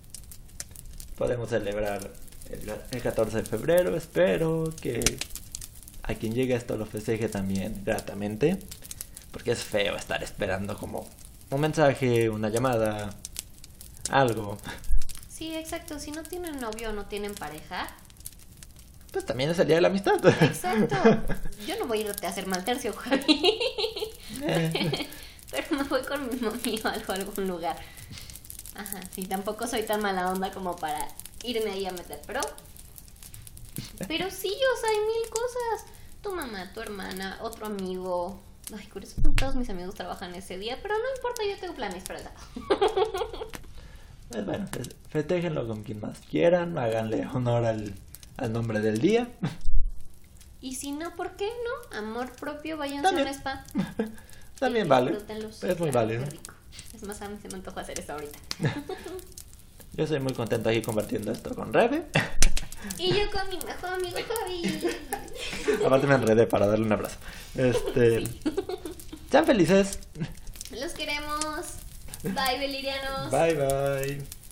Podemos celebrar el, el catorce de febrero. Espero que a quien llegue a esto lo festeje también gratamente. Porque es feo estar esperando como un mensaje, una llamada, algo. Sí, exacto. Si no tienen novio o no tienen pareja, Pues también es el día de la amistad. exacto. Yo no voy a irte a hacer mal tercio, Javi. Eh, Pero me voy con mi mami o algo a algún lugar. Ajá, sí, tampoco soy tan mala onda como para irme ahí a meter, pero... Pero sí, o sea, hay mil cosas. Tu mamá, tu hermana, otro amigo... Ay, curioso, todos mis amigos trabajan ese día, pero no importa, yo tengo planes para el sábado. pues bueno, pues festéjenlo con quien más quieran. Háganle honor al, al nombre del día. Y si no, ¿por qué no? Amor propio, váyanse También. a un spa. También Y vale. disfrútenlo. Es muy Claro, válido. qué rico. Es más, a mí se me antoja hacer eso ahorita. Yo soy muy contento aquí compartiendo esto con Rebe. Y yo con mi mejor amigo Javi. Aparte me enredé para darle un abrazo. Este, sean felices. Los queremos. Bye, Belirianos. Bye bye.